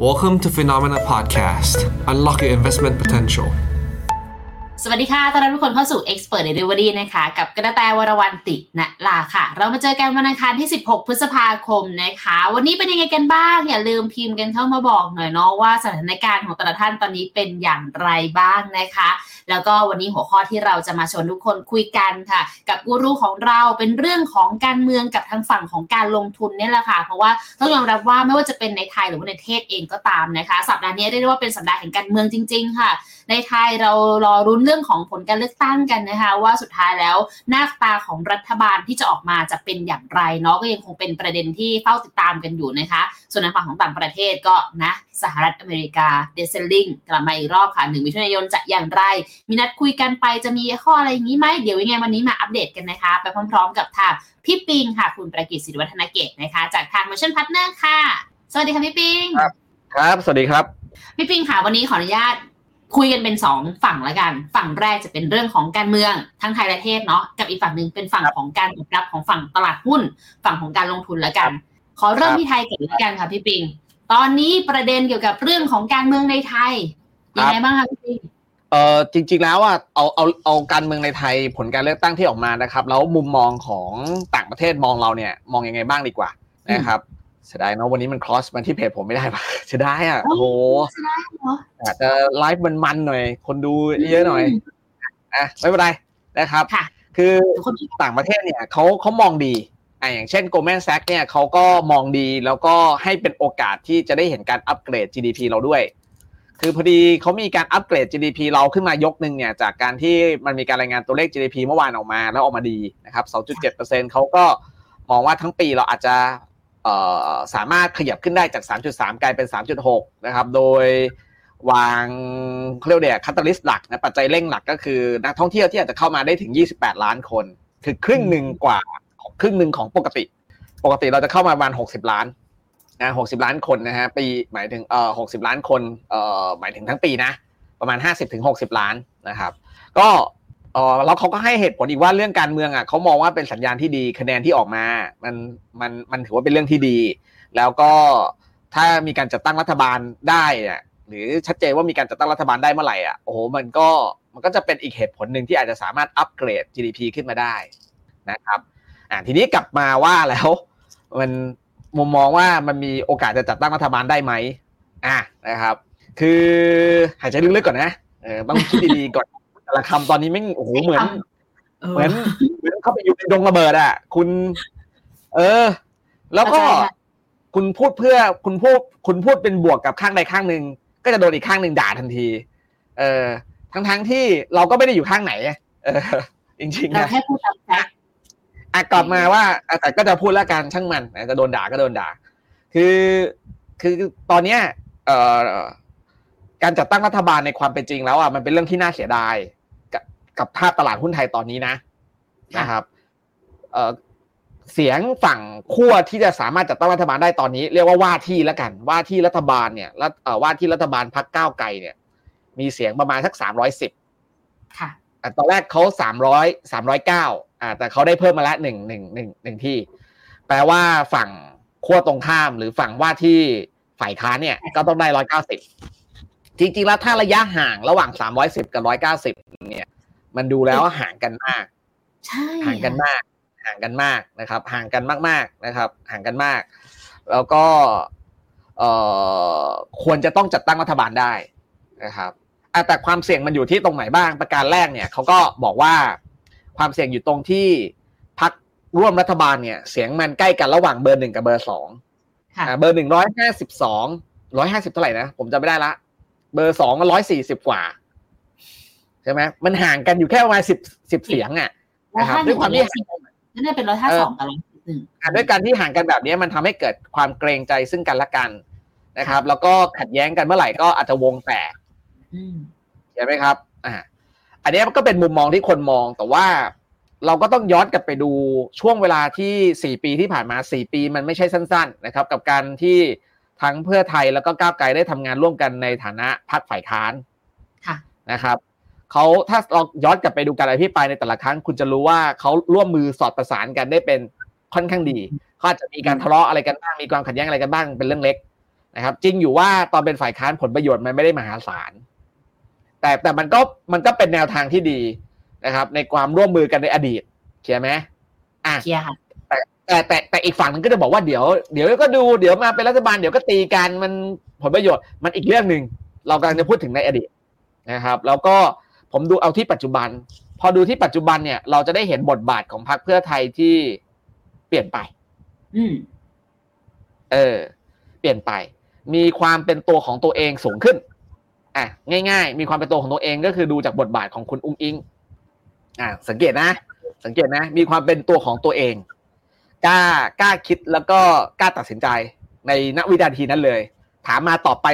Welcome to Phenomena Podcast. Unlock your investment potential. สวัสดีค่ะต้อนรับทุกคนเข้าสู่ Expert Delivery นะคะกับกระแตวรวรรณติณลาค่ะเรามาเจอกันวันอังคารที่16พฤษภาคมนะคะวันนี้เป็นยังไงกันบ้างอย่าลืมพิมพ์กันเข้ามาบอกหน่อยเนาะว่าสถานการณ์ของแต่ละท่านตอนนี้เป็นอย่างไรบ้างนะคะแล้วก็วันนี้หัวข้อที่เราจะมาชวนทุกคนคุยกันค่ะกับกูรูของเราเป็นเรื่องของการเมืองกับทางฝั่งของการลงทุนนี่แหละค่ะเพราะว่าต้องยอมรับว่าไม่ว่าจะเป็นในไทยหรือว่าในประเทศเองก็ตามนะคะสัปดาห์นี้เรียกได้ว่าเป็นสัปดาห์แห่งการเมืองจริงๆค่ะในไทยเรารอรุ้นเรื่องของผลการเลือกตั้งกันนะคะว่าสุดท้ายแล้วหน้าตาของรัฐบาลที่จะออกมาจะเป็นอย่างไรเนาะก็ยังคงเป็นประเด็นที่เฝ้าติดตามกันอยู่นะคะส่วนในฝั่งของต่างประเทศก็นะสหรัฐอเมริกาเดซเซลลิงกลับมาอีกรอบค่ะ1มิถุนายนจะอย่างไรมีนัดคุยกันไปจะมีข้ออะไรอย่างนี้ไหมเดี๋ยวยังไงวันนี้มาอัปเดตกันนะคะไปพร้อมๆกับทางพี่ปิงค่ะคุณประกิตศิริวัฒนเกตนะคะจากทาง Mission Partner ค่ะสวัสดีค่ะพี่ปิงครับสวัสดีครับพี่ปิงค่ะวันนี้ขออนุญาตคุยกันเป็น2ฝั่งละกันฝั่งแรกจะเป็นเรื่องของการเมืองทั้งไทยและเทศเนาะกับอีกฝั่งนึงเป็นฝั่งของการตอบรับของฝั่งตลาดหุ้นฝั่งของการลงทุนละกันขอเริ่มที่ไทยก่อนละกันค่ะพี่ปิงตอนนี้ประเด็นเกี่ยวกับเรื่องของการเมืองในไทยยังไงบ้างคะพี่ปิงจริงๆแล้วอ่ะเอาการเมืองในไทยผลการเลือกตั้งที่ออกมานะครับแล้วมุมมองของต่างประเทศมองเราเนี่ยมองยังไงบ้างดีกว่านะครับเสียดายเนาะวันนี้มัน cross มาที่เพจผมไม่ได้ป่ะเสียดายอ่ะโอ้โหอาจจะไลฟ์มันๆหน่อยคนดูเยอะหน่อยไม่เป็นไรนะครับคือต่างประเทศเนี่ยเขามองดีอย่างเช่น Goldman Sachs เนี่ยเขาก็มองดีแล้วก็ให้เป็นโอกาสที่จะได้เห็นการอัปเกรด GDP เราด้วยคือพอดีเขามีการอัปเกรด GDP เราขึ้นมายกนึงเนี่ยจากการที่มันมีการรายงานตัวเลข GDP เมื่อวานออกมาแล้วออกมาดีนะครับ 2.7% เขาก็มองว่าทั้งปีเราอาจจะสามารถขยับขึ้นได้จาก 3.3 กลายเป็น 3.6 นะครับโดยวางเขาเรียกว่าคัตตาลิสต์หลักนะปัจจัยเร่งหลักก็คือนักท่องเที่ยวที่อาจจะเข้ามาได้ถึง28ล้านคนคือครึ่งนึงกว่าครึ่งนึงของปกติเราจะเข้ามาประมาณ60ล้านนะ60ล้านคนนะฮะปีหมายถึง60ล้านคนหมายถึงทั้งปีนะประมาณ 50-60 ล้านนะครับก็แล้วเขาก็ให้เหตุผลอีกว่าเรื่องการเมืองอ่ะเขามองว่าเป็นสัญญาณที่ดีคะแนนที่ออกมามันถือว่าเป็นเรื่องที่ดีแล้วก็ถ้ามีการจัดตั้งรัฐบาลได้อ่ะหรือชัดเจนว่ามีการจัดตั้งรัฐบาลได้เมื่อไหร่อ่ะโอ้โหมันก็จะเป็นอีกเหตุผลนึงที่อาจจะสามารถอัปเกรด GDP ขึ้นมาได้นะครับทีนี้กลับมาว่าแล้วมันมุมมองว่ามันมีโอกาสจะจัดตั้งรัฐบาลได้ไหมนะครับคือหายใจลึกๆก่อนนะต้องคิดดีๆก่อนแต่ละคำตอนนี้ไม่โอ้โหเหมือนเข้าไปอยู่ในดงระเบิดอ่ะคุณแล้วก็คุณพูดเป็นบวกกับข้างใดข้างหนึ่งก็จะโดนอีกข้างหนึ่งด่าทันทีทั้งที่เราก็ไม่ได้อยู่ข้างไหนจริงๆนะเราแค่พูดตามแฟกต์กลับมาว่าแต่ก็จะพูดแล้วกันช่างมันจะโดนด่าก็โดนด่าคือตอนเนี้ยการจัดตั้งรัฐบาลในความเป็นจริงแล้วอ่ะมันเป็นเรื่องที่น่าเสียดายกับภาพตลาดหุ้นไทยตอนนี้นะครับเสียงฝั่งขั้วที่จะสามารถจัดตั้งรัฐบาลได้ตอนนี้เรียกว่าที่แล้วกันว่าที่รัฐบาลเนี่ยว่าที่รัฐบาลพรรคก้าวไกลเนี่ยมีเสียงประมาณสัก310ค่ะตอนแรกเขา309แต่เขาได้เพิ่มมาแล้ว1ที่แปลว่าฝั่งขั้วตรงข้ามหรือฝั่งว่าที่ฝ่ายค้านเนี่ยก็ต้องได้190จริงๆแล้วถ้าระยะห่างระหว่าง310กับ190เนี่ยมันดูแล้วห่างกันมากใช่ห่างกันมากนะครับห่างกันมากๆนะครับห่างกันมากแล้วก็ควรจะต้องจัดตั้งรัฐบาลได้นะครับแต่ความเสี่ยงมันอยู่ที่ตรงไหนบ้างประการแรกเนี่ยเขาก็บอกว่าความเสี่ยงอยู่ตรงที่พรรคร่วมรัฐบาลเนี่ยเสียงมันใกล้กันระหว่างเบอร์1กับเบอร์2เบอร์1 152เท่าไหร่นะผมจำไม่ได้ละเบอร์2ก็140กว่าใช่ไหมมันห่างกันอยู่แค่ประมาณ10เสียงอ่ะนะครับด้วยความที่นั่นเป็น152กับ 141ด้วยการที่ห่างกันแบบนี้มันทำให้เกิดความเกรงใจซึ่งกันและกันนะครับแล้วก็ขัดแย้งกันเมื่อไหร่ก็อาจจะวงแตกใช่ไหมครับอันนี้ก็เป็นมุมมองที่คนมองแต่ว่าเราก็ต้องย้อนกลับไปดูช่วงเวลาที่4ปีที่ผ่านมา4ปีมันไม่ใช่สั้นๆนะครับกับการที่ทั้งเพื่อไทยแล้วก็ก้าวไกลได้ทำงานร่วมกันในฐานะพรรคฝ่ายค้านนะครับเขาถ้าเราย้อนกลับไปดูการอภิปรายในแต่ละครั้งคุณจะรู้ว่าเขาร่วมมือสอดประสานกันได้เป็นค่อนข้างดีเขาอาจจะมีการทะเลาะอะไรกันบ้างมีความขัดแย้งอะไรกันบ้างเป็นเรื่องเล็กนะครับจริงอยู่ว่าตอนเป็นฝ่ายค้านผลประโยชน์มันไม่ได้มหาศาลแต่มันก็เป็นแนวทางที่ดีนะครับในความร่วมมือกันในอดีตเคลียร์ไหมเคลียร์ค่ะแต่อีกฝั่งนึงก็จะบอกว่าเดี๋ยวก็ดูเดี๋ยวมาเป็นรัฐบาลเดี๋ยวก็ตีกันมันผลประโยชน์มันอีกเรื่องนึงเรากำลังจะพูดถึงในอดีตนะครับแล้วก็ผมดูเอาที่ปัจจุบันพอดูที่ปัจจุบันเนี่ยเราจะได้เห็นบทบาทของพรรคเพื่อไทยที่เปลี่ยนไปเปลี่ยนไปมีความเป็นตัวของตัวเองสูงขึ้นง่ายๆมีความเป็นตัวของตัวเองก็คือดูจากบทบาทของคุณอุ้งอิงสังเกตนะมีความเป็นตัวของตัวเองกล้าคิดแล้วก็กล้าตัดสินใจในณวินาทีนั้นเลยถามมาต่อไป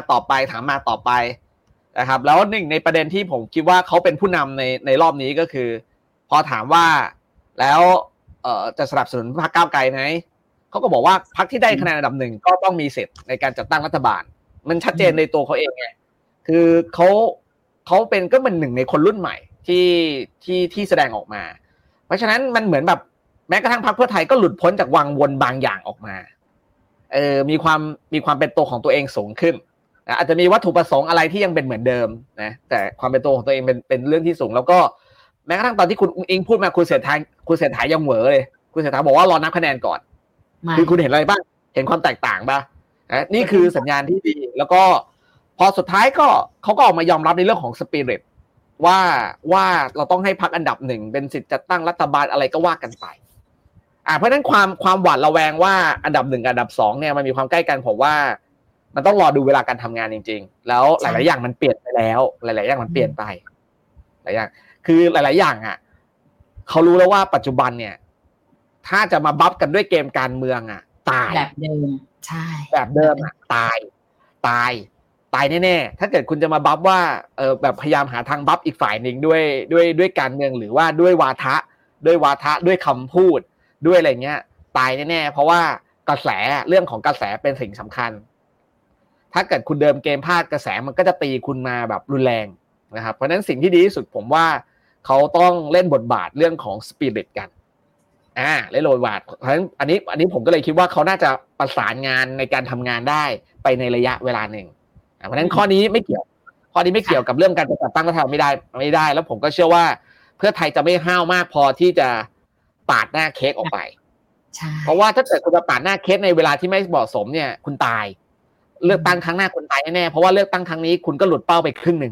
นะครับแล้วหนึ่งในประเด็นที่ผมคิดว่าเขาเป็นผู้นำในรอบนี้ก็คือพอถามว่าแล้วจะสนับสนุนพรรคก้าวไกลไหมเขาก็บอกว่าพรรคที่ได้คะแนนอันดับหนึ่งก็ต้องมีสิทธิ์ในการจัดตั้งรัฐบาลมันชัดเจนในตัวเขาเองไงคือเขาเป็นก็เป็นหนึ่งในคนรุ่นใหม่ที่แสดงออกมาเพราะฉะนั้นมันเหมือนแบบแม้กระทั่งพรรคเพื่อไทยก็หลุดพ้นจากวังวนบางอย่างออกมามีความเป็นตัวของตัวเองสูงขึ้นอาจจะมีวัตถุประสงค์อะไรที่ยังเป็นเหมือนเดิมนะแต่ความเป็นตัวของตัวเองเป็นเรื่องที่สูงแล้วก็แม้กระทั่งตอนที่คุณอุ้งอิงพูดมาคุณเศรษฐายังเหวอเลยคุณเศรษฐาบอกว่ารอนับคะแนนก่อนคือคุณเห็นอะไรบ้างเห็นความแตกต่างป่ะนี่คือสัญญาณที่ดีแล้วก็พอสุดท้ายก็เขาก็ออกมายอมรับในเรื่องของสปิริตว่าเราต้องให้พรรคอันดับหนึ่งเป็นสิทธิ์จัดตั้งรัฐบาลอะไรก็ว่ากันไปเพราะฉะนั้นความหวาดระแวงว่าอันดับหนึ่งกับอันดับสองเนี่ยมันมีความใกล้กันผมว่ามันต้องรอดูเวลาการทำงานจริงๆแล้วหลายๆอย่างมันเปลี่ยนไปแล้วหลายๆอย่างมันเปลี่ยนไปหลายอย่างคือหลายๆอย่างเขารู้แล้วว่าปัจจุบันเนี่ยถ้าจะมาบัฟกันด้วยเกมการเมืองตายแบบเดิมใช่แบบเดิมตายแน่ๆถ้าเกิดคุณจะมาบัฟว่าแบบพยายามหาทางบัฟอีกฝ่ายนึงด้วยการเมืองหรือว่าด้วยวาทะด้วยคำพูดด้วยอะไรเงี้ยตายแน่ๆเพราะว่ากระแสเรื่องของกระแสเป็นสิ่งสำคัญถ้าเกิดคุณเดิมเกมพลาดกระแสมันก็จะตีคุณมาแบบรุนแรงนะครับเพราะฉะนั้นสิ่งที่ดีที่สุดผมว่าเขาต้องเล่นบทบาทเรื่องของสปิริตกันเล่นบทบาทเพราะฉะนั้นอันนี้ผมก็เลยคิดว่าเขาน่าจะประสานงานในการทำงานได้ไปในระยะเวลาหนึ่งเพราะฉะนั้นข้อนี้ไม่เกี่ยวกับเรื่องการจัดตั้งรัฐบาลไม่ได้แล้วผมก็เชื่อว่าเพื่อไทยจะไม่ห้าวมากพอที่จะปาดหน้าเค้กออกไปเพราะว่าถ้าเกิดคุณจะปาดหน้าเค้กในเวลาที่ไม่เหมาะสมเนี่ยคุณตายเลือกตั้งครั้งหน้าคุณตายแน่ๆเพราะว่าเลือกตั้งครั้งนี้คุณก็หลุดเป้าไปครึ่งนึง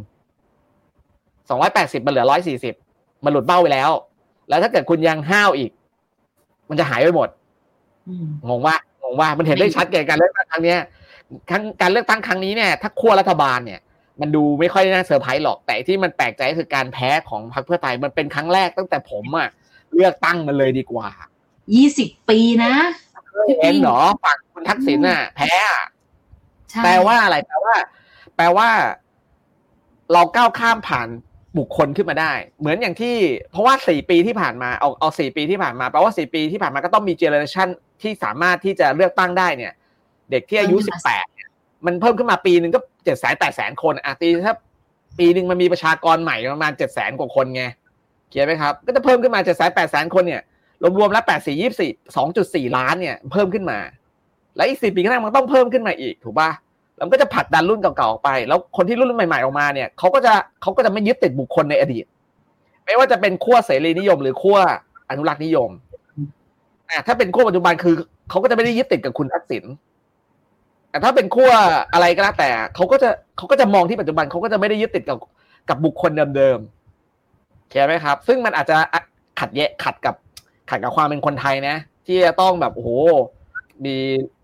280มันเหลือ140มันหลุดเป้าไปแล้วถ้าเกิดคุณยังห้าวอีกมันจะหายไปหมดงงว่ามันเห็นได้ชัดแก่การเลือกตั้งครั้งนี้การเลือกตั้งครั้งนี้เนี่ยถ้าขั้วรัฐบาลเนี่ยมันดูไม่ค่อยน่าเซอร์ไพรส์หรอกแต่ที่มันแปลกใจก็คือการแพ้ของพรรคเพื่อไทยมันเป็นครั้งแรกตั้งแต่ผมเลือกตั้งมันเลยดีกว่า 20 ปีนะเห็นเหรอฝั่งคุณทักษิณแพ้แปลว่าอะไรแปลว่าเราก้าวข้ามผ่านบุคคลขึ้นมาได้เหมือนอย่างที่เพราะว่า4ปีที่ผ่านมาเอา4ปีที่ผ่านมาแปลว่า4ปีที่ผ่านมาก็ต้องมีเจเนอเรชั่นที่สามารถที่จะเลือกตั้งได้เนี่ยเด็กที่อายุ18เนี่ยมันเพิ่มขึ้นมาปีนึงก็ 700,000-800,000 คนตีถ้าปีนึงมันมีประชากรใหม่ประมาณ 700,000 กว่าคนไงเข้าใจมั้ยครับก็จะเพิ่มขึ้นมา 700,000-800,000 คนเนี่ยรวมๆแล้ว2.4 ล้านเนี่ยเพิ่มขึ้นมาแล้วอีก4ปีข้างหน้ามันต้องเพิ่มขึ้นมาอีกถูกป่ะแล้วก็จะผลักดันรุ่นเก่าๆออกไปแล้วคนที่รุ่นใหม่ๆออกมาเนี่ยเขาก็จะไม่ยึดติดบุคคลในอดีตไม่ว่าจะเป็นขั้วเสรีนิยมหรือขั้วอนุรักษ์นิยมถ้าเป็นขั้วปัจจุบันคือเขาก็จะไม่ได้ยึดติดกับคุณทักษิณแต่ถ้าเป็นขั้วอะไรก็แล้วแต่เขาก็จะมองที่ปัจจุบันเขาก็จะไม่ได้ยึดติดกับบุคคลเดิมๆเข้าใจไหมครับซึ่งมันอาจจะขัดกับความเป็นคนไทยนะที่จะต้องแบบโอ้โหมี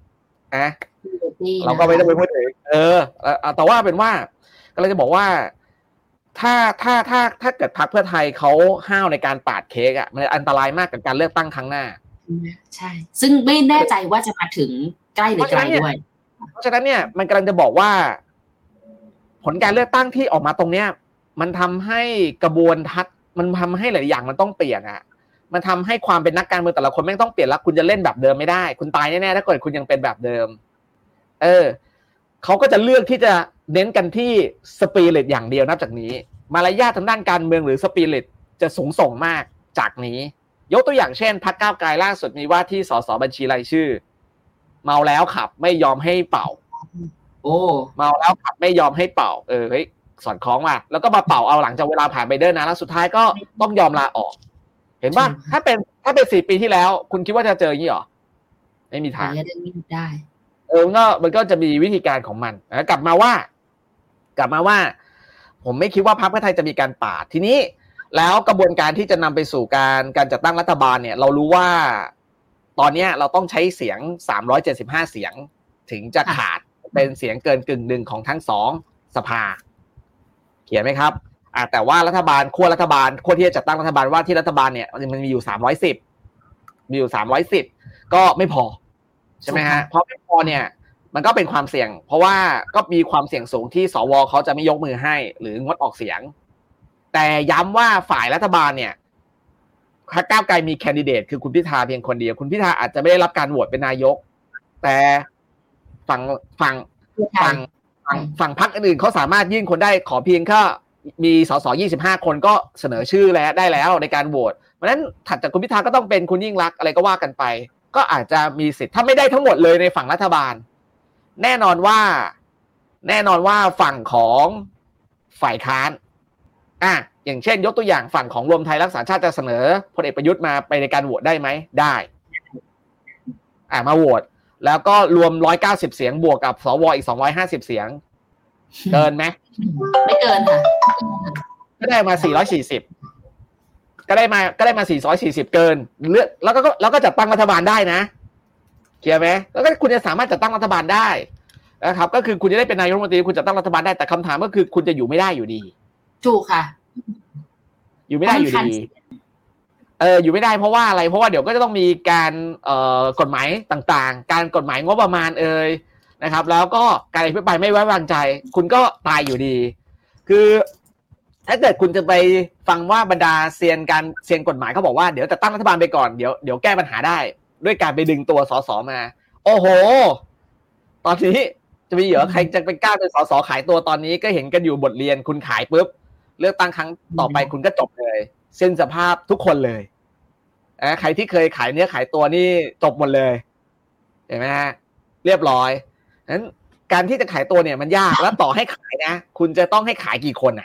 เราก็ไม่ได้ไปพูดถึงแต่ว่าเป็นว่าก็เลยจะบอกว่าถ้าเกิดพรรคเพื่อไทยเขาห้าวในการปาดเค้กมันอันตรายมากกับการเลือกตั้งครั้งหน้าใช่ซึ่งไม่แน่ใจว่าจะมาถึงใกล้หรือไกลด้วยเพราะฉะนั้นเนี่ยมันกำลังจะบอกว่าผลการเลือกตั้งที่ออกมาตรงเนี้ยมันทำให้กระบวนทัศน์มันทำให้หลายอย่างมันต้องเปลี่ยนมันทำให้ความเป็นนักการเมืองแต่ละคนไม่ต้องเปลี่ยนแล้วคุณจะเล่นแบบเดิมไม่ได้คุณตายแน่ๆถ้าเกิดคุณยังเป็นแบบเดิมเขาก็จะเลือกที่จะเน้นกันที่สปิริตอย่างเดียวนับจากนี้มารยาททางด้านการเมืองหรือสปิริตจะสูงส่งมากจากนี้ยกตัวอย่างเช่นพรรคก้าวไกลล่าสุดมีว่าที่สสบัญชีรายชื่อเมาแล้วขับไม่ยอมให้เป่าโอ้เมาแล้วขับไม่ยอมให้เป่าเฮ้ยสอดคล้องว่ะแล้วก็มาเป่าเอาหลังจากเวลาผ่านไปเดินนะแล้วสุดท้ายก็ต้องยอมลาออกเห็นป่ะถ้าเป็น4 ปีที่แล้วคุณคิดว่าจะเจออย่างนี้หรอไม่มีทางได้มันก็จะมีวิธีการของมันกลับมาว่าผมไม่คิดว่าพรรคเพื่อไทยจะมีการปาดทีนี้แล้วกระบวนการที่จะนำไปสู่การจัดตั้งรัฐบาลเนี่ยเรารู้ว่าตอนนี้เราต้องใช้เสียง375เสียงถึงจะขาดเป็นเสียงเกินกึ่งหนึ่งของทั้ง2สภาเขียนไหมครับแต่ว่าขั้วที่จะจัดตั้งรัฐบาลว่าที่รัฐบาลเนี่ยมันมีอยู่310ก็ไม่พอใช่ไหมฮะเพราะไม่พอเนี่ยมันก็เป็นความเสี่ยงเพราะว่าก็มีความเสี่ยงสูงที่สวเขาจะไม่ยกมือให้หรืองดออกเสียงแต่ย้ำว่าฝ่ายรัฐบาลเนี่ยพรรคก้าวไกลมีแคนดิเดตคือคุณพิธาเพียงคนเดียวคุณพิธาอาจจะไม่ได้รับการโหวตเป็นนายกแต่ฝั่งพรรคอื่นเขาสามารถยื่นคนได้ขอเพียงแค่มีสส25คนก็เสนอชื่อแล้วได้แล้วในการโหวตเพราะฉะนั้นถัดจากคุณพิธาก็ต้องเป็นคุณยิ่งลักษณ์อะไรก็ว่ากันไปก็อาจจะมีสิทธิ์ถ้าไม่ได้ทั้งหมดเลยในฝั่งรัฐบาลแน่นอนว่าฝั่งของฝ่ายค้านอย่างเช่นยกตัวอย่างฝั่งของรวมไทยรักษาชาติจะเสนอพลเอกประยุทธ์มาไปในการโหวตได้ไหมได้มาโหวตแล้วก็รวม190เสียงบวกกับสวอีก250เสียงเกินไหมไม่เกินค่ะก็ได้มา440ก็ได้มา440เกินเลือกแล้วก็จัดตั้งรัฐบาลได้นะเคลียร์ไหมแล้วก็คุณจะสามารถจัดตั้งรัฐบาลได้นะครับก็คือคุณจะได้เป็นนายกรัฐมนตรีคุณจัดตั้งรัฐบาลได้แต่คำถามก็คือคุณจะอยู่ไม่ได้อยู่ดีถูกค่ะอยู่ไม่ได้อยู่ดีอยู่ไม่ได้เพราะว่าอะไรเพราะว่าเดี๋ยวก็จะต้องมีการกฎหมายต่างๆการกฎหมายงบประมาณนะครับแล้วก็การอภิปรายไม่ไว้วางใจคุณก็ตายอยู่ดีคือถ้าเกิดคุณจะไปฟังว่าบรรดาเซียนกฎหมายเขาบอกว่าเดี๋ยวจะตั้งรัฐบาลไปก่อนเดี๋ยวแก้ปัญหาได้ด้วยการไปดึงตัวสสมาโอ้โหตอนนี้จะมีเหรอใครจะไปกล้าเป็นสสขายตัวตอนนี้ก็เห็นกันอยู่บทเรียนคุณขายปุ๊บเลือกตั้งครั้งต่อไปคุณก็จบเลยสิ้นสภาพทุกคนเลยใครที่เคยขายเนื้อขายตัวนี่จบหมดเลยเห็นไหมฮะเรียบร้อยนั้นการที่จะขายตัวเนี่ยมันยากแล้วต่อให้ขายนะคุณจะต้องให้ขายกี่คน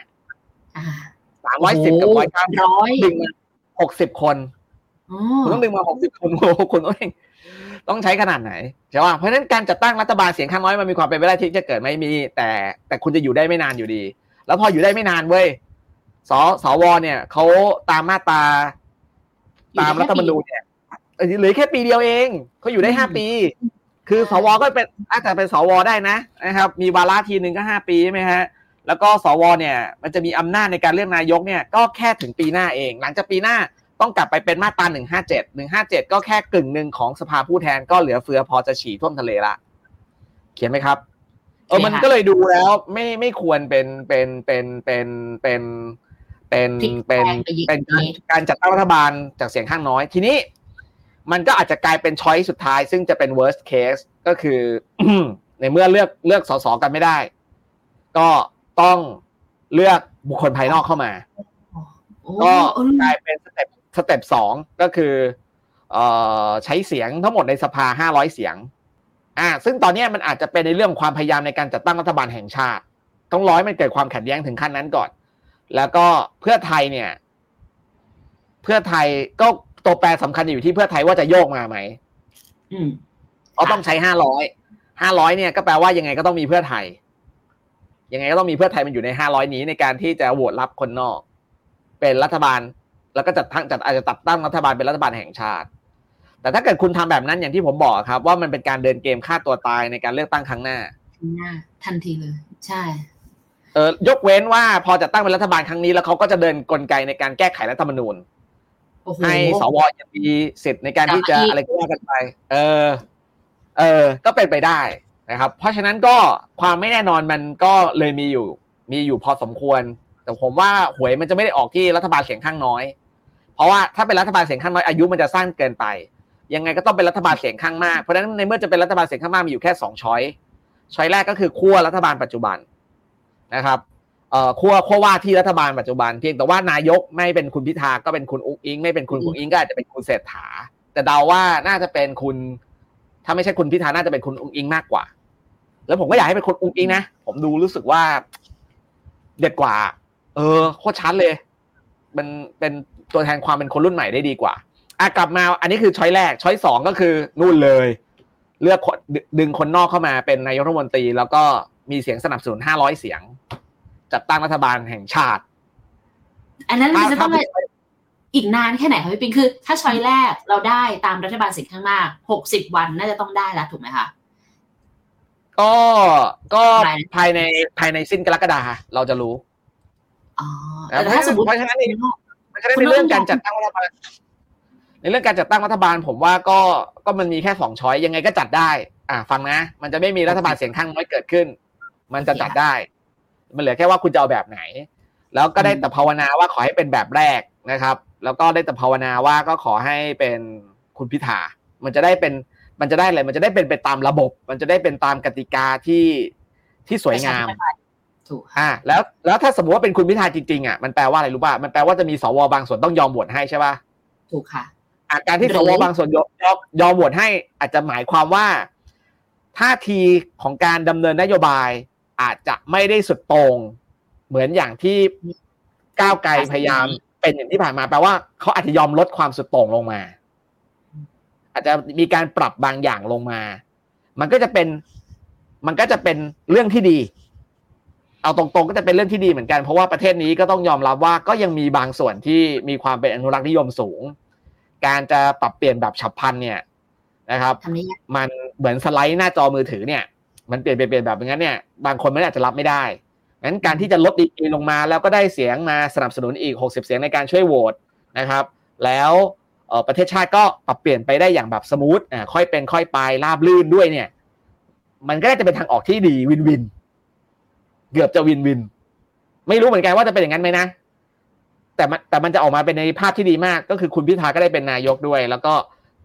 310กับ190ดึงมา60คนคุณต้องดึงมา60คนคุณต้องใช้ขนาดไหนใช่ป่ะเพราะฉะนั้นการจัดตั้งรัฐบาลเสียงข้างน้อยมันมีความเป็นไปได้ที่จะเกิดไม่มีแต่คุณจะอยู่ได้ไม่นานอยู่ดีแล้วพออยู่ได้ไม่นานเว้ยสวเนี่ยเขาตามมาตราตามรัฐธรรมนูญเนี่ยเหลือแค่ปีเดียวเองเขาอยู่ได้5ปีคือสวก็เป็นอาจจะเป็นสวได้นะครับมีวาระทีนึงก็5ปีใช่ไหมฮะแล้วก็สวเนี่ยมันจะมีอำนาจในการเลือกนายกเนี่ยก็แค่ถึงปีหน้าเองหลังจากปีหน้าต้องกลับไปเป็นมาตรา157ก็แค่กึ่งนึงของสภาผู้แทนก็เหลือเฟือพอจะฉี่ท่วมทะเลละเขียนไหมครับมันก็เลยดูแล้วไม่ควรเป็นการจัดตั้งรัฐบาลจากเสียงข้างน้อยทีนี้มันก็อาจจะกลายเป็นช้อยส์สุดท้ายซึ่งจะเป็น worst case ก็คือ ในเมื่อเลือกสสกันไม่ได้ก็ต้องเลือกบุคคลภายนอกเข้ามาก็กลายเป็นสเต็ป2ก็คือใช้เสียงทั้งหมดในสภา500เสียงซึ่งตอนนี้มันอาจจะเป็นในเรื่องความพยายามในการจัดตั้งรัฐบาลแห่งชาติต้องรอให้มันเกิดความขัดแย้งถึงขั้นนั้นก่อนแล้วก็เพื่อไทยก็ตัวแปรสำคัญอยู่ที่เพื่อไทยว่าจะโยกมาไหมเขาต้องใช้500เนี่ยก็แปลว่ายังไงก็ต้องมีเพื่อไทยมันอยู่ใน500นี้ในการที่จะโหวตรับคนนอกเป็นรัฐบาลแล้วก็อาจจะตัดตั้งรัฐบาลเป็นรัฐบาลแห่งชาติแต่ถ้าเกิดคุณทำแบบนั้นอย่างที่ผมบอกครับว่ามันเป็นการเดินเกมฆ่าตัวตายในการเลือกตั้งครั้งหน้าทันทีเลยใช่ยกเว้นว่าพอจะตั้งเป็นรัฐบาลครั้งนี้แล้วเขาก็จะเดินกลไกในการแก้ไขรัฐธรรมนูญให้สวยังมีสิทธิ์ในการที่จะอะไรก็ว่ากันไปก็เป็นไปได้นะครับเพราะฉะนั้นก็ความไม่แน่นอนมันก็เลยมีอยู่พอสมควรแต่ผมว่าหวยมันจะไม่ได้ออกที่รัฐบาลเสียงข้างน้อยเพราะว่าถ้าเป็นรัฐบาลเสียงข้างน้อยอายุมันจะสั้นเกินไปยังไงก็ต้องเป็นรัฐบาลเสียงข้างมากเพราะฉะนั้นในเมื่อจะเป็นรัฐบาลเสียงข้างมากมีอยู่แค่2ช้อยแรกก็คือขั้วรัฐบาลปัจจุบันนะครับขั้วว่าที่รัฐบาลปัจจุบันเพียงแต่ว่านายกไม่เป็นคุณพิธาก็เป็นคุณอุ๊งอิ๊งไม่เป็นคุณอุ๊งอิ๊งก็อาจจะเป็นคุณเศรษฐาแต่เดาว่าน่าจะเป็นคุณถ้าไม่ใช่คุณพิธาน่าจะเป็นคุณอุ๊งอิ๊งมากกว่าแล้วผมก็อยากให้เป็นคนอุ้งอิงนะผมดูรู้สึกว่าเด็ดกว่าโคตรชัดเลยมันเป็นตัวแทนความเป็นคนรุ่นใหม่ได้ดีกว่ากลับมาอันนี้คือช้อยแรกช้อย2ก็คือนู่นเลยเลือกดึงคนนอกเข้ามาเป็นนายกรัฐมนตรีแล้วก็มีเสียงสนับสนุน500เสียงจัดตั้งรัฐบาลแห่งชาติอันนั้นมันจะต้องอีกนานแค่ไหนคะพี่ปิงคือถ้าช้อยแรกเราได้ตามรัฐบาลเสียงข้างมาก60วันน่าจะต้องได้แล้วถูกไหมคะก็ภายในสิ้นกรกฎาคมเราจะรู้แต่ถ้าสมมติเพราะฉะนั้นในเรื่องการจัดตั้งรัฐบาลผมว่าก็มันมีแค่2ช้อยยังไงก็จัดได้ฟังนะมันจะไม่มีรัฐบาลเสียงข้างน้อยเกิดขึ้นมันจะจัดได้มันเหลือแค่ว่าคุณจะเอาแบบไหนแล้วก็ได้แต่ภาวนาว่าขอให้เป็นแบบแรกนะครับแล้วก็ได้แต่ภาวนาว่าก็ขอให้เป็นคุณพิธามันจะได้อะไรมันจะได้เป็นไปตามระบบมันจะได้เป็นตามกติกาที่สวยงามถูกแล้วถ้าสมมติว่าเป็นคุณพิธาจริงๆมันแปลว่าอะไรรู้ป่ะมันแปลว่าจะมีสวบางส่วนต้องยอมโหวตให้ใช่ป่ะถูกค่ะการที่สวบางส่วนยอมโหวตให้อาจจะหมายความว่าท่าทีของการดำเนินนโยบายอาจจะไม่ได้สุดโต่งเหมือนอย่างที่ก้าวไกลพยายามเป็นอย่างที่ผ่านมาแปลว่าเขาอาจจะยอมลดความสุดโต่งลงมาอาจจะมีการปรับบางอย่างลงมามันก็จะเป็นเรื่องที่ดีเอาตรงๆก็จะเป็นเรื่องที่ดีเหมือนกันเพราะว่าประเทศนี้ก็ต้องยอมรับว่าก็ยังมีบางส่วนที่มีความเป็นอนุรักษ์นิยมสูงการจะปรับเปลี่ยนแบบฉับพลันเนี่ยนะครับมันเหมือนสไลด์หน้าจอมือถือเนี่ยมันเปลี่ยนแบบอย่างนั้นเนี่ยบางคนไม่อาจจะรับไม่ได้งั้นการที่จะลดดีกรีลงมาแล้วก็ได้เสียงมาสนับสนุนอีก60เสียงในการช่วยโหวตนะครับแล้วประเทศชาติก็ปรับเปลี่ยนไปได้อย่างแบบสมูทค่อยเป็นค่อยไปราบลื่นด้วยเนี่ยมันก็จะเป็นทางออกที่ดีวินวินเกือบจะวินวินไม่รู้เหมือนกันว่าจะเป็นอย่างนั้นไหมนะแต่มันจะออกมาเป็นในภาพที่ดีมากก็คือคุณพิธาก็ได้เป็นนายกด้วยแล้วก็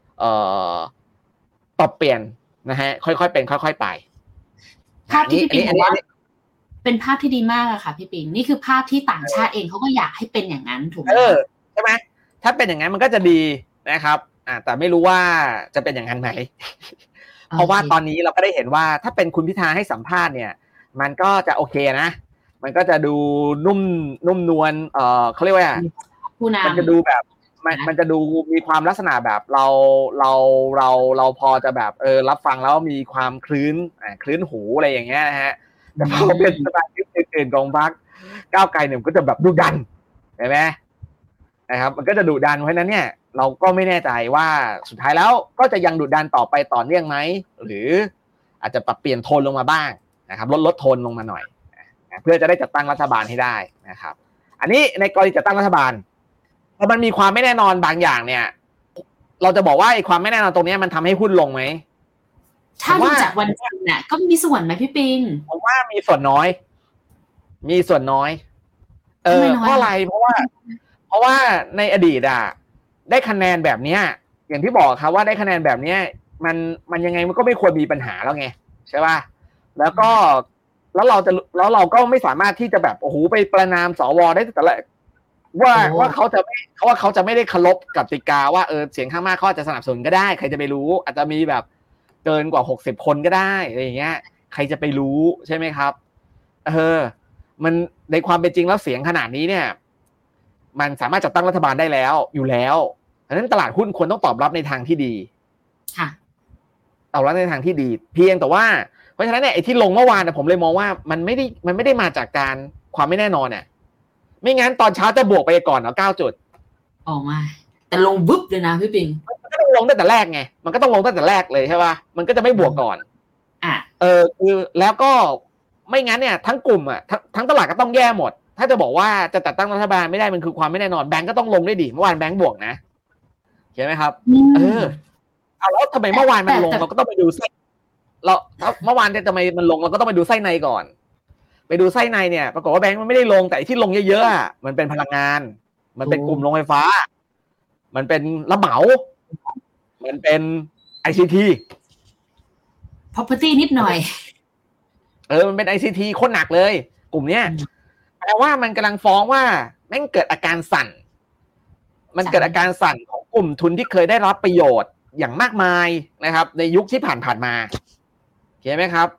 ปรับเปลี่ยนนะฮะค่อยๆเป็นค่อยๆไปภาพที่พี่ปิงบอกว่าเป็นภาพที่ดีมากอะค่ะพี่ปิงนี่คือภาพที่ต่างชาติเองเขาก็อยากให้เป็นอย่างนั้นถูกไหมใช่ไหมถ้าเป็นอย่างนั้นมันก็จะดีนะครับแต่ไม่รู้ว่าจะเป็นอย่างนั้นไหมเพราะว่าตอนนี้เราก็ได้เห็นว่าถ้าเป็นคุณพิธาให้สัมภาษณ์เนี่ยมันก็จะโอเคนะมันก็จะดูนุ่มนวลเขาเรียกว่ามันจะดูแบบมันจะดูมีความลักษณะแบบเราพอจะแบบรับฟังแล้วมีความคลื้นหูอะไรอย่างเงี้ยนะฮะแต่พอเป็นสมาชิกอื่นๆของพรรคก้าวไกลเนี่ยก็จะแบบดุดันใช่ไหมนะครับมันก็จะดุดันเพราะนั้นเนี่ยเราก็ไม่แน่ใจว่าสุดท้ายแล้วก็จะยังดุดันต่อไปต่อเนื่องไหมหรืออาจจะปรับเปลี่ยนโทนลงมาบ้างนะครับลดโทนลงมาหน่อยเพื่อจะได้จัดตั้งรัฐบาลให้ได้นะครับอันนี้ในกรณีจัดตั้งรัฐบาลพอมันมีความไม่แน่นอนบางอย่างเนี่ยเราจะบอกว่าไอ้ความไม่แน่นอนตรงนี้มันทำให้หุ้นลงไหมถ้าดูจากวันจันทร์เนี่ยก็มีส่วนไหมพี่ปิงผมว่ามีส่วนน้อยเพราะอะไรเพราะว่าในอดีตได้คะแนนแบบนี้อย่างที่บอกครับว่าได้คะแนนแบบนี้มันยังไงมันก็ไม่ควรมีปัญหาแล้วไงใช่ป่ะแล้วเราก็ไม่สามารถที่จะแบบโอ้โหไปประณามสวได้แต่ละว่าเขาจะไม่ได้เคารพกติกาว่าเสียงข้างมากเขาอาจจะสนับสนุนก็ได้ใครจะไปรู้อาจจะมีแบบเกินกว่า60คนก็ได้อะไรอย่างเงี้ยใครจะไปรู้ใช่ไหมครับมันในความเป็นจริงแล้วเสียงขนาดนี้เนี่ยมันสามารถจัดตั้งรัฐบาลได้แล้วอยู่แล้วดังนั้นตลาดหุ้นควรต้องตอบรับในทางที่ดีค่ะตอบรับในทางที่ดีเพียงแต่ว่าเพราะฉะนั้นเนี่ยไอ้ที่ลงเมื่อวานผมเลยมองว่ามันไม่ได้มาจากการความไม่แน่นอนเนี่ยไม่งั้นตอนเช้าจะบวกไปก่อน9 จุดออกมาแต่ลงบึ๊บเลยนะพี่ปิงมันก็ต้องลงตั้งแต่แรกไงมันก็ต้องลงตั้งแต่แรกเลยใช่ป่ะมันก็จะไม่บวกก่อนคือแล้วก็ไม่งั้นเนี่ยทั้งกลุ่มทั้งตลาดก็ต้องแย่หมดถ้าจะบอกว่าจะจัดตั้งรัฐบาลไม่ได้มันคือความไม่แน่นอนแบงก์ก็ต้องลงได้ดิเมื่อวานแบงก์บวกนะเห็นไหมครับแล้วทำไมเมื่อวานมันลงเราก็ต้องไปดูไส้เราเมื่อวานเนี่ยทำไมมันลงเราก็ต้องไปดูไส้ในก่อนไปดูไส้ในเนี่ยปรากฏว่าแบงก์มันไม่ได้ลงแต่ที่ลงเยอะๆมันเป็นพลังงานมันเป็นกลุ่มโรงไฟฟ้ามันเป็นรับเหมามันเป็น ICT property นิดหน่อยมันเป็น ICT โคตรหนักเลยกลุ่มเนี้ยแปลว่ามันกำลังฟ้องว่าแม่งเกิดอาการสั่นมันเกิดอาการสั่นของกลุ่มทุนที่เคยได้รับประโยชน์อย่างมากมายนะครับในยุคที่ผ่านมาเห็นไหมครับ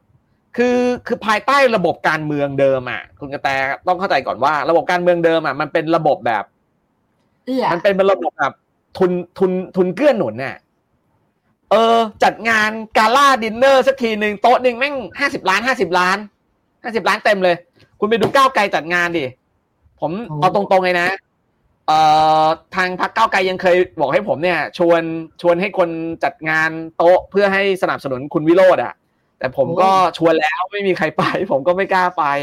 คือภายใต้ระบบการเมืองเดิมอ่ะคุณกระแตต้องเข้าใจก่อนว่าระบบการเมืองเดิมอ่ะมันเป็นระบบแบบมันเป็นระบบแบบทุนเกื้อหนุนเนี่ยจัดงานกาล่าดินเนอร์สักทีนึงโต๊ะนึงแม่ง50 ล้านเต็มเลยคุณไปดูก้าวไกลจัดงานดิผมเอาตรงๆเลยนะทางพรรคก้าวไกลยังเคยบอกให้ผมเนี่ยชวนให้คนจัดงานโต๊ะเพื่อให้สนับสนุนคุณวิโรจน์อ่ะแต่ผมก็ชวนแล้วไม่มีใครไปผมก็ไม่กล้าไป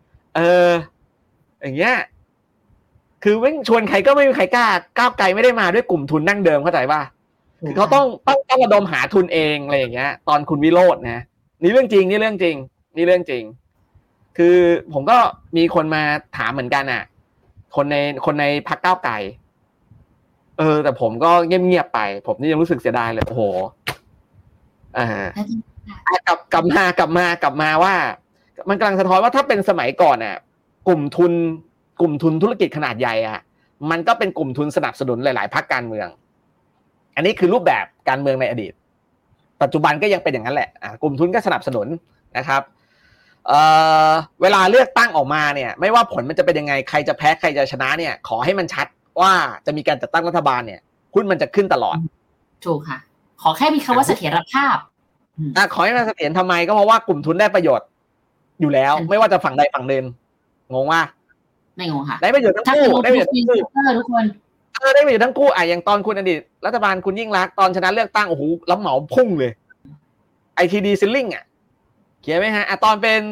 อย่างเงี้ยคือไม่ชวนใครก็ไม่มีใครกล้าก้าวไกลไม่ได้มาด้วยกลุ่มทุนนั่งเดิมเข้าใจป่ะคือเขาต้องระดมหาทุนเองอะไรอย่างเงี้ยตอนคุณวิโรจน์นะนี่เรื่องจริงคือผมก็มีคนมาถามเหมือนกันอ่ะคนในพรรคก้าวไกลแต่ผมก็เงียบๆไปผมนี่ยังรู้สึกเสียดายเลยโอ้โหกลับมาว่ามันกำลังสะท้อนว่าถ้าเป็นสมัยก่อนน่ะกลุ่มทุนธุรกิจขนาดใหญ่อ่ะมันก็เป็นกลุ่มทุนสนับสนุนหลายๆพรรคการเมืองอันนี้คือรูปแบบการเมืองในอดีตปัจจุบันก็ยังเป็นอย่างนั้นแหละกลุ่มทุนก็สนับสนุนนะครับเวลาเลือกตั้งออกมาเนี่ยไม่ว่าผลมันจะเป็นยังไงใครจะแพ้ใครจะชนะเนี่ยขอให้มันชัดว่าจะมีการจัดตั้งรัฐบาลเนี่ยหุ้นมันจะขึ้นตลอดถูกค่ะขอแค่มีคำว่าเสถียรภาพขอให้มันเสถียรทำไมก็เพราะว่ากลุ่มทุนได้ประโยชน์อยู่แล้วไม่ว่าจะฝั่งใดฝั่งหนึ่งงงว่าไม่งงค่ะได้ประโยชน์ทั้งคู่ได้ประโยชน์ทั้งคู่ทุกคนได้ประโยชน์ทั้งคู่อย่างตอนคุณอดีตรัฐบาลคุณยิ่งรักษณ์ตอนชนะเลือกตั้งโอ้โหรับเหมาพุ่งเลย ITD Ceiling เขียนไหมฮะตอนเป็น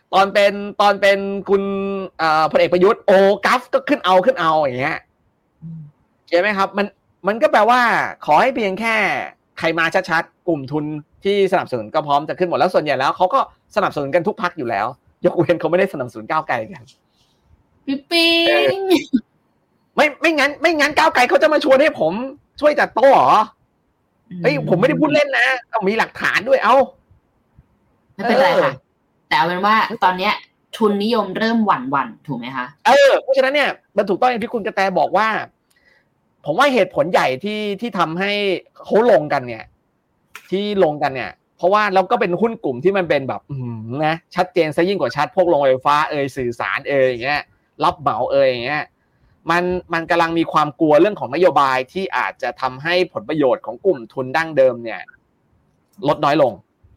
คุณพลเอกประยุทธ์กัฟก็ขึ้นเอาอย่างเงี้ยเขียนไหมครับมันก็แปลว่าขอให้เพียงแค่ใครมาชัดๆกลุ่มทุนที่สนับสนุนก็พร้อมจะขึ้นหมดแล้วส่วนใหญ่แล้วเขาก็สนับสนุนกันทุกพรรคอยู่แล้วยกเว้นเขาไม่ได้สนับสนุนก้าวไกลกันปิ๊งไม่งั้นก้าวไกลเขาจะมาชวนให้ผมช่วยจัดโต๊ะหรอผมไม่ได้พูดเล่นนะต้องมีหลักฐานด้วยไม่เป็นไรค่ะแต่เอาเป็นว่าตอนเนี้ยทุนนิยมเริ่มหวั่นถูกไหมคะเพราะฉะนั้นเนี่ยมันถูกต้องอย่างที่คุณกระแตบอกว่าผมว่าเหตุผลใหญ่ที่ทำให้เขาลงกันเนี่ยเพราะว่าเราก็เป็นหุ้นกลุ่มที่มันเป็นแบบนะชัดเจนซะยิ่งกว่าชัดพวกโรงไฟฟ้าสื่อสารอย่างเงี้ยรับเหมาอย่างเงี้ยมันกำลังมีความกลัวเรื่องของนโยบายที่อาจจะทำให้ผลประโยชน์ของกลุ่มทุนดั้งเดิมเนี่ยลดน้อยลง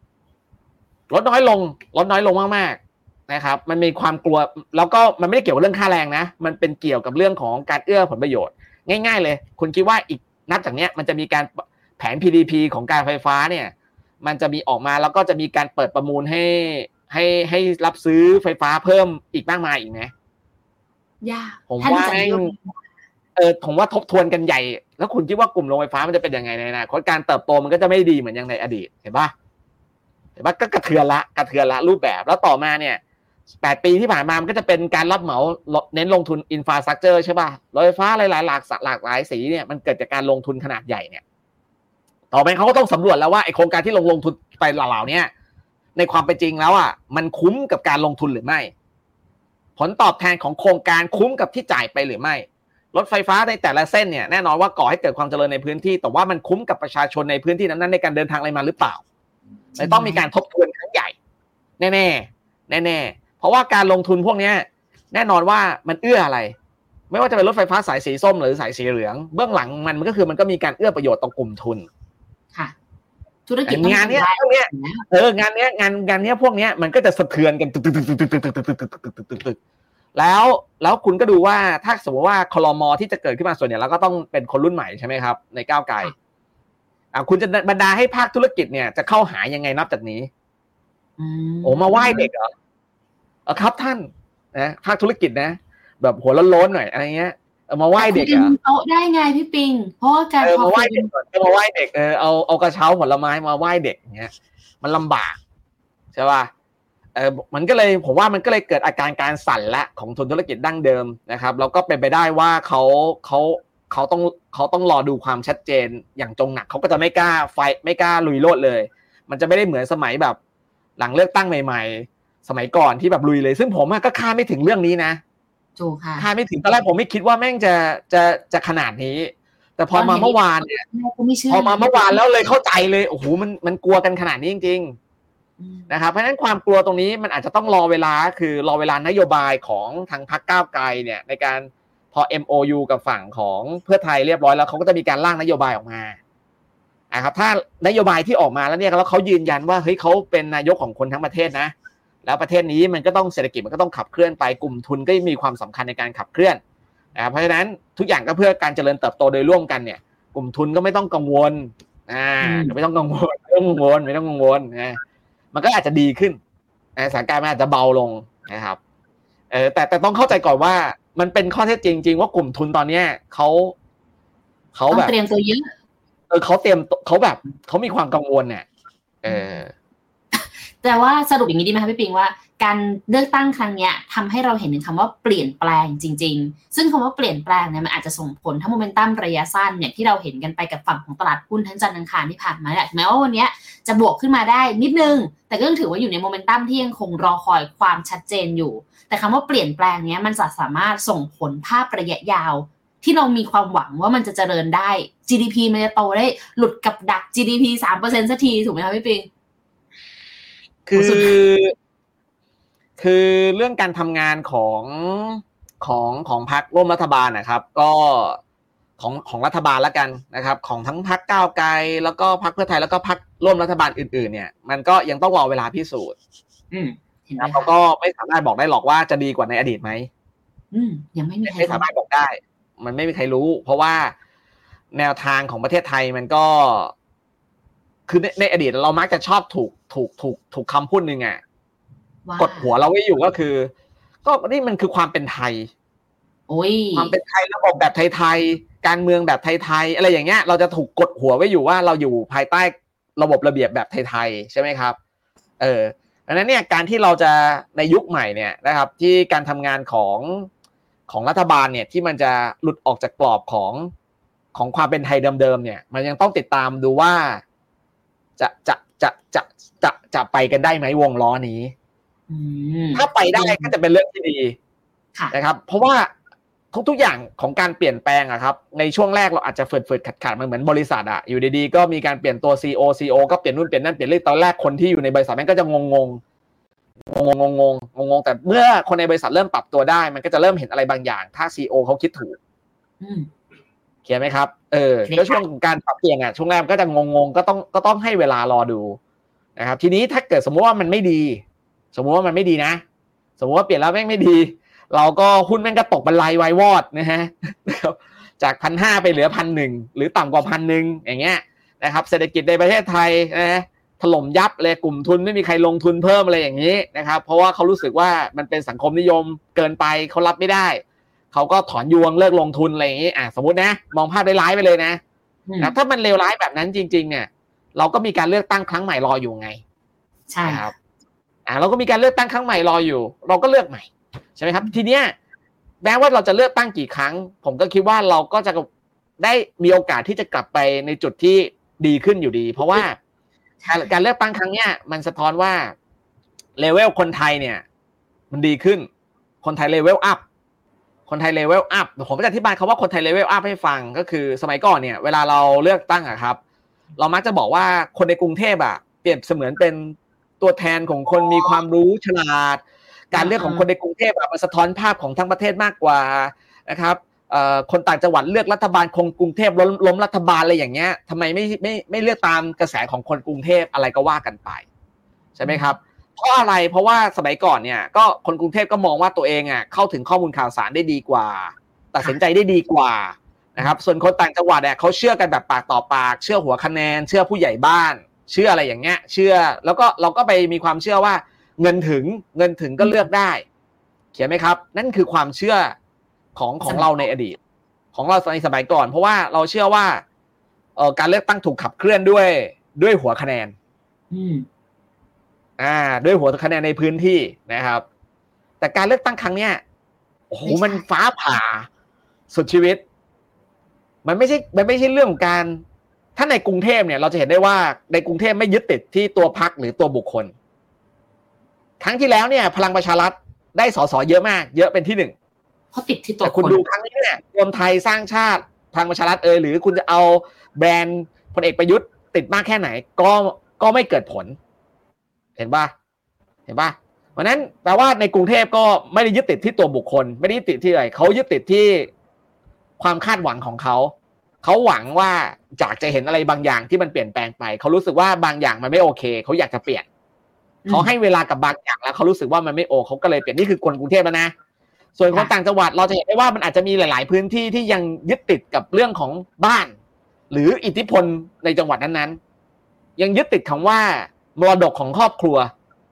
มากๆนะครับมันมีความกลัวแล้วก็มันไม่ได้เกี่ยวกับเรื่องค่าแรงนะมันเป็นเกี่ยวกับเรื่องของการเอื้อผลประโยชน์ง่ายๆเลยคุณคิดว่าอีกนับจากเนี้ยมันจะมีการแผน PDP ของการไฟฟ้าเนี่ยมันจะมีออกมาแล้วก็จะมีการเปิดประมูลให้รับซื้อไฟฟ้าเพิ่มอีกมากมายอีกไหมยากผมว่าทบทวนกันใหญ่แล้วคุณคิดว่ากลุ่มโรงไฟฟ้ามันจะเป็นยังไงในอนาคตการเติบโตมันก็จะไม่ดีเหมือนอย่างในอดีตเห็นป่ะก็กระเทือนละรูปแบบแล้วต่อมาเนี่ย8 ปีที่ผ่านมามันก็จะเป็นการรับเหมาเน้นลงทุนอินฟราสตรัคเจอร์ใช่ป่ะรถไฟฟ้าหลายๆหลากหลายสีเนี่ยมันเกิดจากการลงทุนขนาดใหญ่เนี่ยต่อไปเขาก็ต้องสำรวจแล้วว่าไอโครงการที่ลงทุนไปเหล่านี้ในความเป็นจริงแล้วมันคุ้มกับการลงทุนหรือไม่ผลตอบแทนของโครงการคุ้มกับที่จ่ายไปหรือไม่รถไฟฟ้าในแต่ละเส้นเนี่ยแน่นอนว่าก่อให้เกิดความเจริญในพื้นที่แต่ว่ามันคุ้มกับประชาชนในพื้นที่นั้นในการเดินทางอะไรมาหรือเปล่าเลยต้องมีการทบทวนครั้งใหญ่แน่เพราะว่าการลงทุนพวกนี้แน่นอนว่ามันเอื้ออะไรไม่ว่าจะเป็นรถไฟฟ้าสายสีส้มหรือสายสีเหลืองเบื้องหลังมันก็คือมันก็มีการเอื้อประโยชน์ต่อกลุ่มทุนค่ะธุรกิจงานนี้พวกนี้งานนี้พวกนี้มันก็จะสะเทือนกันตึกแล้วคุณก็ดูว่าถ้าสมมติว่าคลม.ที่จะเกิดขึ้นมาส่วนใหญ่แล้วก็ต้องเป็นคนรุ่นใหม่ใช่ไหมครับในก้าวไกลคุณจะบรรดาให้ภาคธุรกิจเนี่ยจะเข้าหายังไงนับจากนี้มาไหว้เด็กเหรอครับท่านนะภาคธุรกิจนะแบบหัวล้นๆหน่อยอะไรเงี้ยมาไหว้เด็กอ่ะโต๊ะได้ไงพี่ปิงเพราะว่าการมาไหว้เด็กมาไหว้เด็กเอากระเช้าผลไม้มาไหว้เด็กเงี้ยมันลำบากใช่ป่ะมันก็เลยผมว่ามันก็เลยเกิดอาการการสั่นละของทุนธุรกิจดั้งเดิมนะครับแล้วก็เป็นไปได้ว่าเขาต้องรอดูความชัดเจนอย่างจงหนักเขาก็จะไม่กล้าลุยโลดเลยมันจะไม่ได้เหมือนสมัยแบบหลังเลือกตั้งใหม่ๆสมัยก่อนที่แบบลุยเลยซึ่งผมก็คาดไม่ถึงเรื่องนี้นะถูกค่ะคาดไม่ถึงตอนแรกผมไม่คิดว่าแม่งจะขนาดนี้แต่พอมาเมื่อวานเนี่ยพอมาเมื่อวานแล้วเลยเข้าใจเลยโอ้โหมันกลัวกันขนาดนี้จริงนะครับเพราะฉะนั้นความกลัวตรงนี้มันอาจจะต้องรอเวลาคือรอเวลานโยบายของทางพรรคก้าวไกลเนี่ยในการพอ MOU กับฝั่งของเพื่อไทยเรียบร้อยแล้วเขาก็จะมีการร่างนโยบายออกมานะครับถ้านโยบายที่ออกมาแล้วเนี่ยแล้วเขายืนยันว่าเฮ้ยเขาเป็นนายกของคนทั้งประเทศนะแล้วประเทศนี้มันก็ต้องเศรษฐกิจมันก็ต้องขับเคลื่อนไปกลุ่มทุนก็มีความสำคัญในการขับเคลื่อนนะครับเพราะฉะนั้นทุกอย่างก็เพื่อการเจริญเติบโตโดยร่วมกันเนี่ยกลุ่มทุนก็ไม่ต้องกังวลไม่ต้องกังวลนะมันก็อาจจะดีขึ้นสถานการณ์มันอาจจะเบาลงนะครับแต่ต้องเข้าใจก่อนว่ามันเป็นข้อเท็จจริงว่ากลุ่มทุนตอนนี้เขาแบบเตรียมตัวเยอะเขาเตรียมเขาแบบเขามีความกังวลเนี่ยแต่ว่าสรุปอย่างนี้ดีไหมคะพี่ปิงว่าการเลือกตั้งครั้งนี้ทำให้เราเห็นถึงคำว่าเปลี่ยนแปลงจริงๆซึ่งคำว่าเปลี่ยนแปลงเนี่ยมันอาจจะส่งผลถ้าโมเมนตัมระยะสั้นเนี่ยที่เราเห็นกันไปกับฝั่งของตลาดหุ้นทั้งจันทร์อังคารที่ผ่านมาแม้ว่าวันนี้จะบวกขึ้นมาได้นิดนึงแต่ก็ยังถือว่าอยู่ในโมเมนตัมที่ยังคงรอคอยความชัดเจนอยู่แต่คำว่าเปลี่ยนแปลงเนี้ยมันจะสามารถส่งผลภาพระยะยาวที่เรามีความหวังว่ามันจะเจริญได้ GDP มันจะโตได้หลุดกับดัก GDP 3% สักทีถูกไหมคะพี่ปิงคือเรื่องการทำงานของพรรคร่วมรัฐบาลนะครับก็ของรัฐบาลแล้วกันนะครับของทั้งพรรคก้าวไกลแล้วก็พรรคเพื่อไทยแล้วก็พรรคร่วมรัฐบาลอื่นๆเนี่ยมันก็ยังต้องรอเวลาพิสูจน์เราก็ไม่สามารถบอกได้หรอกว่าจะดีกว่าในอดีตไหมยังไม่มีใครไม่สามารถบอกได้มันไม่มีใครรู้เพราะว่าแนวทางของประเทศไทยมันก็คือในอดีตเรามักจะชอบถูกคำพูดนึงอ่ะกดหัวเราไว้อยู่ก็คือก็นี่มันคือความเป็นไทยความเป็นไทยระบบแบบไทยๆการเมืองแบบไทยๆอะไรอย่างเงี้ยเราจะถูกกดหัวไว้อยู่ว่าเราอยู่ภายใต้ระบบระเบียบแบบไทยๆใช่ไหมครับดังนั้นเนี่ยการที่เราจะในยุคใหม่เนี่ยนะครับที่การทำงานของรัฐบาลเนี่ยที่มันจะหลุดออกจากกรอบของความเป็นไทยเดิมๆเนี่ยมันยังต้องติดตามดูว่าจะไปกันได้ไหมวงล้อนี้ถ้าไปได้ก็จะเป็นเรื่องที่ดีนะครับเพราะว่าทุกอย่างของการเปลี่ยนแปลงอะครับในช่วงแรกเราอาจจะฝืดๆขัดๆมันเหมือนบริษัทอะอยู่ดีๆก็มีการเปลี่ยนตัว CEO ก็เปลี่ยนนู่นเปลี่ยนนั่นเปลี่ยนเลยตอนแรกคนที่อยู่ในบริษัทมันก็จะงงแต่เมื่อคนในบริษัทเริ่มปรับตัวได้มันก็จะเริ่มเห็นอะไรบางอย่างถ้า CEO เขาคิดถูกเขียนไหมครับแล้วช่วงการปรับเปลี่ยนอ่ะช่วงแรกก็จะงงก็ต้องให้เวลารอดูนะครับทีนี้ถ้าเกิดสมมติว่ามันไม่ดีนะสมมติว่าเปลี่ยนแล้วแม่งไม่ดีเราก็หุ้นแม่งก็ตกบันไลวายวอดนะฮะจาก 1,500 ไปเหลือ 1,100 หรือต่ำกว่า 1,100 อย่างเงี้ยนะครับเศรษฐกิจในประเทศไทยนะถล่มยับเลยกลุ่มทุนไม่มีใครลงทุนเพิ่มอะไรอย่างนี้นะครับเพราะว่าเขารู้สึกว่ามันเป็นสังคมนิยมเกินไปเขารับไม่ได้เขาก็ถอนยวงเลิกลงทุนอะไรอย่างนี้สมมตินะมองภาพร้ายๆไปเลยนะถ้ามันเลวร้ายแบบนั้นจริงๆเนี่ยเราก็มีการเลือกตั้งครั้งใหม่รออยู่ไงใช่ครับเราก็มีการเลือกตั้งครั้งใหม่รออยู่เราก็เลือกใหม่ใช่ไหมครับทีเนี้ยแม้ว่าเราจะเลือกตั้งกี่ครั้งผมก็คิดว่าเราก็จะได้มีโอกาสที่จะกลับไปในจุดที่ดีขึ้นอยู่ดีเพราะว่าการเลือกตั้งครั้งเนี้ยมันสะท้อนว่าเลเวลคนไทยเนี่ยมันดีขึ้นคนไทยเลเวลอัพผมก็จะอธิบายคำว่าคนไทยเลเวลอัพให้ฟังก็คือสมัยก่อนเนี่ยเวลาเราเลือกตั้งอะครับเรามักจะบอกว่าคนในกรุงเทพอะเปรียบเสมือนเป็นตัวแทนของคนมีความรู้ฉลาดการเลือกของคนในกรุงเทพมันสะท้อนภาพของทั้งประเทศมากกว่านะครับคนต่างจังหวัดเลือกรัฐบาลคงกรุงเทพล้มรัฐบาลอะไรอย่างเงี้ยทำไมไม่เลือกตามกระแสของคนกรุงเทพอะไรก็ว่ากันไปใช่ไหมครับเพราะอะไรเพราะว่าสมัยก่อนเนี่ยก็คนกรุงเทพก็มองว่าตัวเองเข้าถึงข้อมูลข่าวสารได้ดีกว่าตัดสินใจได้ดีกว่านะครับส่วนคนต่างจังหวัดเขาเชื่อกันแบบปากต่อปากเชื่อหัวคะแนนเชื่อผู้ใหญ่บ้านเชื่ออะไรอย่างเงี้ยเชื่อแล้วก็เราก็ไปมีความเชื่อว่าเงินถึงก็เลือกได้เขียนไหมครับนั่นคือความเชื่อของเราในอดีตของเราในสมัยก่อนเพราะว่าเราเชื่อว่าการเลือกตั้งถูกขับเคลื่อนด้วยหัวคะแนนด้วยหัวคะแนนในพื้นที่นะครับแต่การเลือกตั้งครั้งเนี้ยโอ้โหมันฟ้าผ่าสุดชีวิตมันไม่ใช่เรื่องของการถ้าในกรุงเทพเนี่ยเราจะเห็นได้ว่าในกรุงเทพไม่ยึดติดที่ตัวพรรคหรือตัวบุคคลครั้งที่แล้วเนี่ยพลังประชารัฐได้สสเยอะมากเยอะเป็นที่1 เขาติดที่ตัวแต่คุณดูครั้งนี้เนี่ยรวมไทยสร้างชาติพลังประชารัฐหรือคุณจะเอาแบรนด์พลเอกประยุทธ์ติดมากแค่ไหนก็ไม่เกิดผลเห็นป่ะเพราะนั้นแปลว่าในกรุงเทพก็ไม่ได้ยึดติดที่ตัวบุคคลไม่ได้ยึดติดที่อะไรเขายึดติดที่ความคาดหวังของเขาหวังว่าอยากจะเห็นอะไรบางอย่างที่มันเปลี่ยนแปลงไปเขารู้สึกว่าบางอย่างมันไม่โอเคเขาอยากจะเปลี่ยนเขาให้เวลากับบางอย่างแล้วเขารู้สึกว่ามันไม่โอเขาก็เลยเปลี่ยนนี่คือคนกรุงเทพแล้วนะส่วนคนต่างจังหวัดเราจะเห็นได้ว่ามันอาจจะมีหลายๆพื้นที่ที่ยังยึดติดกับเรื่องของบ้านหรืออิทธิพลในจังหวัดนั้นๆยังยึดติดคำว่ามรดกของครอบครัว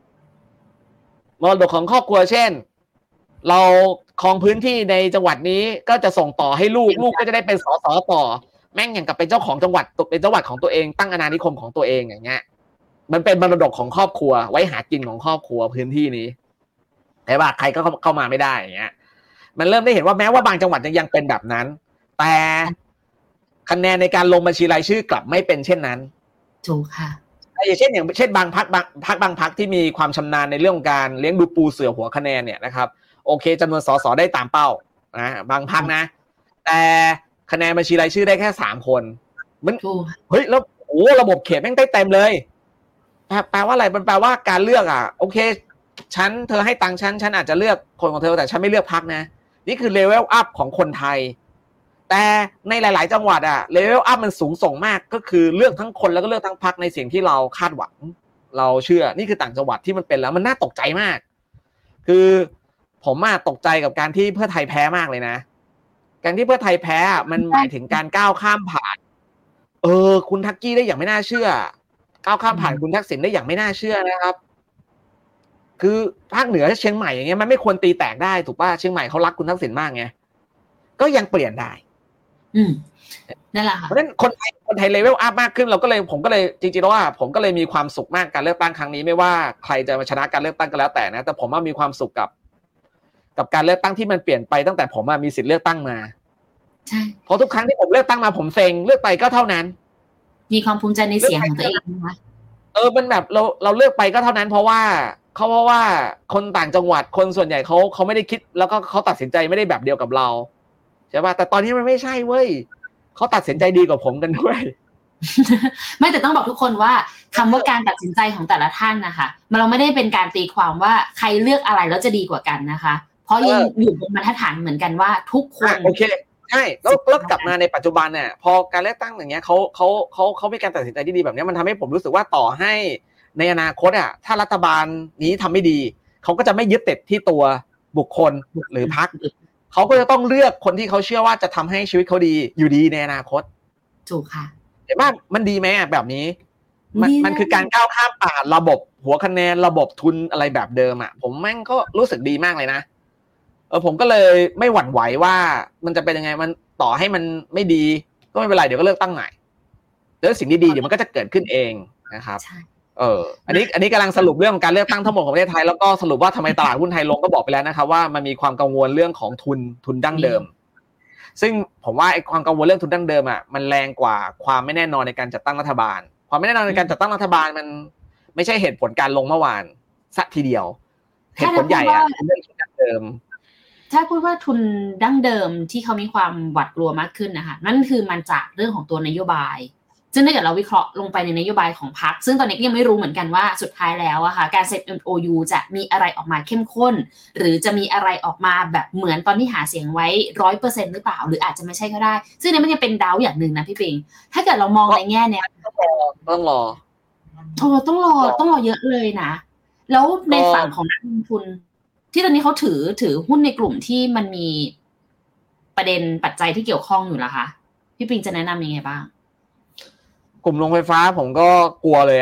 เช่นเราครองพื้นที่ในจังหวัดนี้ก็จะส่งต่อให้ลูกก็จะได้เป็นสสต่อแม่งอย่างกับเป็นเจ้าของจังหวัดเป็นจังหวัดของตัวเองตั้งอาณานิคมของตัวเองอย่างเงี้ยมันเป็นมรดกของครอบครัวไว้หากินของครอบครัวพื้นที่นี้แต่ว่าใครก็เข้ามาไม่ได้อย่างเงี้ยมันเริ่มได้เห็นว่าแม้ว่าบางจังหวัดยังเป็นแบบนั้นแต่คะแนนในการลงบัญชีรายชื่อกลับไม่เป็นเช่นนั้นถูกค่ะอย่างเช่นบางพรรคที่มีความชำนาญในเรื่องของการเลี้ยงดูปูเสือหัวคะแนนเนี่ยนะครับโอเคจำนวนสสได้ตามเป้านะบางพรรคนะแต่คะแนนบัญชีรายชื่อได้แค่3คนมันเฮ้ยแล้วโอ้ระบบเขตแม่งได้เต็มเลยแปลว่าอะไรมันแปลว่าการเลือกโอเคเธอให้ตังค์ฉันอาจจะเลือกคนของเธอแต่ฉันไม่เลือกพรรคนะนี่คือเลเวลอัพของคนไทยแต่ในหลายๆจังหวัดเลเวลอัพมันสูงส่งมากก็คือเลือกทั้งคนแล้วก็เลือกทั้งพรรคในสิ่งที่เราคาดหวังเราเชื่อนี่คือต่างจังหวัดที่มันเป็นแล้วมันน่าตกใจมากคือผมตกใจกับการที่เพื่อไทยแพ้มากเลยนะการที่เพื่อไทยแพ้มันหมายถึงการก้าวข้ามผ่านคุณทักกี้ได้อย่างไม่น่าเชื่อก้าวข้ามผ่านคุณทักษิณได้อย่างไม่น่าเชื่อนะครับคือภาคเหนือเชียงใหม่อย่างเงี้ยมันไม่ควรตีแตกได้ถูกป่ะเชียงใหม่เขารักคุณทักษิณมากไงก็ยังเปลี่ยนได้นั่นแหละค่ะเพราะฉะนั้นคนไทยเลเวลอัพมากขึ้นผมก็เลยจริงๆแล้วว่าผมก็เลยมีความสุขมากการเลือกตั้งครั้งนี้ไม่ว่าใครจะมาชนะการเลือกตั้งก็แล้วแต่นะแต่ผมมีความสุขกับการเลือกตั้งที่มันเปลี่ยนไปตั้งแต่ผมมีสิทธิ์เลือกตั้งมาใช่เพราะทุกครั้งที่ผมเลือกตั้งมาผมเซ็งเลือกไปก็เท่านั้นมีความภูมิใจในเสียงของตัวเองนะคะมันแบบเราเลือกไปก็เท่านั้นเพราะว่าคนต่างจังหวัดคนส่วนใหญ่เขาไม่ได้คิดแล้วก็เขาตัดสินใจไม่ได้แบบเดียวกับเราใช่ป่ะแต่ตอนนี้มันไม่ใช่เว้ยเขาตัดสินใจดีกว่าผมกันด้วยไม่แต่ต้องบอกทุกคนว่าคำว่าการตัดสินใจของแต่ละท่านนะคะเราไม่ได้เป็นการตีความว่าใครเลือกอะไรแล้วจะดีกว่ากันนะคะเพราะยังอยู่บนบรรทัดฐานเหมือนกันว่าทุกคนโอเคใช่แล้วกลับมาในปัจจุบันเนี่ยพอการเลือกตั้งอย่างเงี้ยเขามีการตัดสินใจที่ดีแบบนี้มันทำให้ผมรู้สึกว่าต่อให้ในอนาคตถ้ารัฐบาลนี้ทำไม่ดีเขาก็จะไม่ยึดติดที่ตัวบุคคลหรือพรรคเขาก็จะต้องเลือกคนที่เขาเชื่อว่าจะทำให้ชีวิตเขาดีอยู่ดีในอนาคตถูกค่ะเห็นว่ามันดีไหมแบบนี้มันคือการก้าวข้ามผ่านระบบหัวคะแนนระบบทุนอะไรแบบเดิมผมแม่งก็รู้สึกดีมากเลยนะผมก็เลยไม่หวั่นไหวว่ามันจะเป็นยังไงมันต่อให้มันไม่ดีก็ไม่เป็นไรเดี๋ยวก็เลือกตั้งใหม่แล้วสิ่งดีๆเดี๋ยวมันก็จะเกิดขึ้นเองนะครับอันนี้กำลังสรุปเรื่องของการเลือกตั้งทั้งหมดของประเทศไทยแล้วก็สรุปว่าทำไมตลาดหุ้นไทยลงก็บอกไปแล้วนะครับว่ามันมีความกังวลเรื่องของทุนดั้งเดิมซึ่งผมว่าไอ้ความกังวลเรื่องทุนดั้งเดิมมันแรงกว่าความไม่แน่นอนในการจัดตั้งรัฐบาลความไม่แน่นอนในการจัดตั้งรัฐบาลมันไม่ใช่เหตุผลการลงเมื่อวานสักทีเดียวเหตุผลใหญ่เป็นเรื่องทุนดั้งเดิมถ้าพูดว่าทุนดั้งเดิมที่เขามีความหวาดกลัวมากขึ้นนะคะนั่นคือมันจากเรื่องของตัวนโยบายซึ่งถ้าเกิดเราวิเคราะห์ลงไปในนโยบายของพรรคซึ่งตอนนี้ก็ยังไม่รู้เหมือนกันว่าสุดท้ายแล้วอะค่ะการเซ็น MOU จะมีอะไรออกมาเข้มข้นหรือจะมีอะไรออกมาแบบเหมือนตอนที่หาเสียงไว้ 100% หรือเปล่าหรืออาจจะไม่ใช่ก็ได้ซึ่งนี่มันยังเป็นดาวอย่างนึงนะพี่ปิงถ้าเกิดเรามองในแง่เนี้ยต้องรอต้องรอเยอะเลยนะแล้วในฝั่งของนักลงทุนที่ตอนนี้เขาถือหุ้นในกลุ่มที่มันมีประเด็นปัจจัยที่เกี่ยวข้องอยู่ล่ะคะพี่ปิงจะแนะนำยังไงบ้างกลุ่มโรงไฟฟ้าผมก็กลัวเลย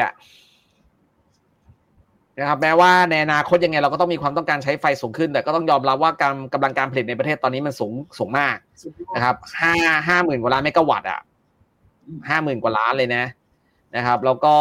นะครับแม้ว่าในอนาคตยังไงเราก็ต้องมีความต้องการใช้ไฟสูงขึ้นแต่ก็ต้องยอมรับว่ากำลังการผลิตในประเทศตอนนี้มันสูงมากนะครับ50,000 กว่าล้านเมกะวัตต์50,000 กว่าล้านเลยนะครับแล้วก็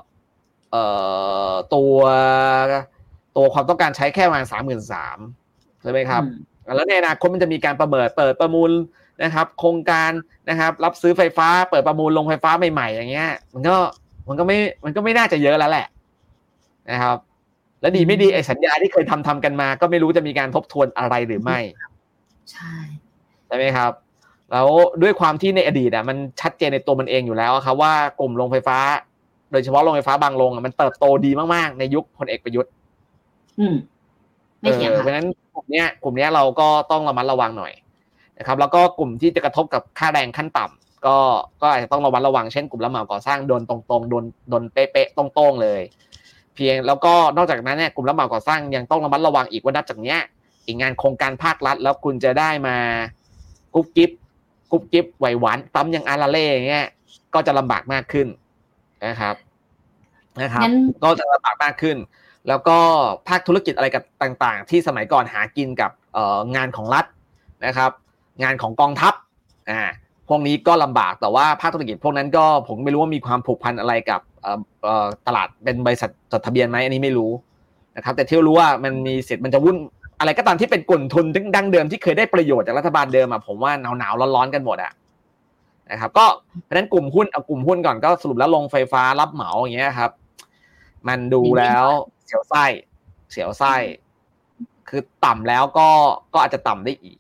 ตัวความต้องการใช้แค่ประมาณ 33,000 ใช่ไหมครับแล้วในอนาคตมันจะมีการเปิดประมูลนะครับโครงการนะครับรับซื้อไฟฟ้าเปิดประมูลโรงไฟฟ้าใหม่ๆอย่างเงี้ยมันก็ไม่น่าจะเยอะแล้วแหละนะครับแล้วดีไม่ดีไอ้สัญญาที่เคยทำกันมาก็ไม่รู้จะมีการทบทวนอะไรหรือไม่ใช่ไหมครับแล้วด้วยความที่ในอดีตมันชัดเจนในตัวมันเองอยู่แล้วครับว่ากลุ่มโรงไฟฟ้าโดยเฉพาะโรงไฟฟ้าบางโรงมันเติบโตดีมากๆในยุคพลเอกประยุทธ์ไม่เถียงค่ะเพราะฉะนั้นกลุ่มเนี้ยเราก็ต้องระมัดระวังหน่อยนะครับแล้วก็กลุ่มที่จะกระทบกับค่าแรงขั้นต่ำก็อาจจะต้องระมัดระวังเช่นกลุ่มรับเหมาก่อสร้างโดนตรงๆโดนเป๊ะๆตรงๆเลยเพียงแล้วก็นอกจากนั้นเนี่ยกลุ่มรับเหมาก่อสร้างยังต้องระมัดระวังอีกว่านับจากเนี้ยอีกงานโครงการภาครัฐแล้วคุณจะได้มากุ๊บกิ๊บไหวหวานตั้มอย่างอาราเล่อย่างเงี้ยก็จะลำบากมากขึ้นนะครับก็จะลำบากมากขึ้นแล้วก็ภาคธุรกิจอะไรกับต่างๆที่สมัยก่อนหากินกับงานของรัฐนะครับงานของกองทัพพวกนี้ก็ลำบากแต่ว่าภาคธุรกิจพวกนั้นก็ผมไม่รู้ว่ามีความผูกพันอะไรกับตลาดเป็นบริษัทจดทะเบียนไหมอันนี้ไม่รู้นะครับแต่ที่รู้ว่ามันมีสิทธิ์มันจะวุ่นอะไรก็ตามที่เป็นกลุ่มทุนดั้งเดิมที่เคยได้ประโยชน์จากรัฐบาลเดิมผมว่าหนาวร้อนกันหมดนะครับก็เพราะฉะนั้นกลุ่มหุ้นเอากลุ่มหุ้นก่อนก็สรุปแล้วลงไฟฟ้ารับเหมาอย่างเงี้ยครับมันดูแล้วเสียวไส้คือต่ำแล้วก็อาจจะต่ำได้อีก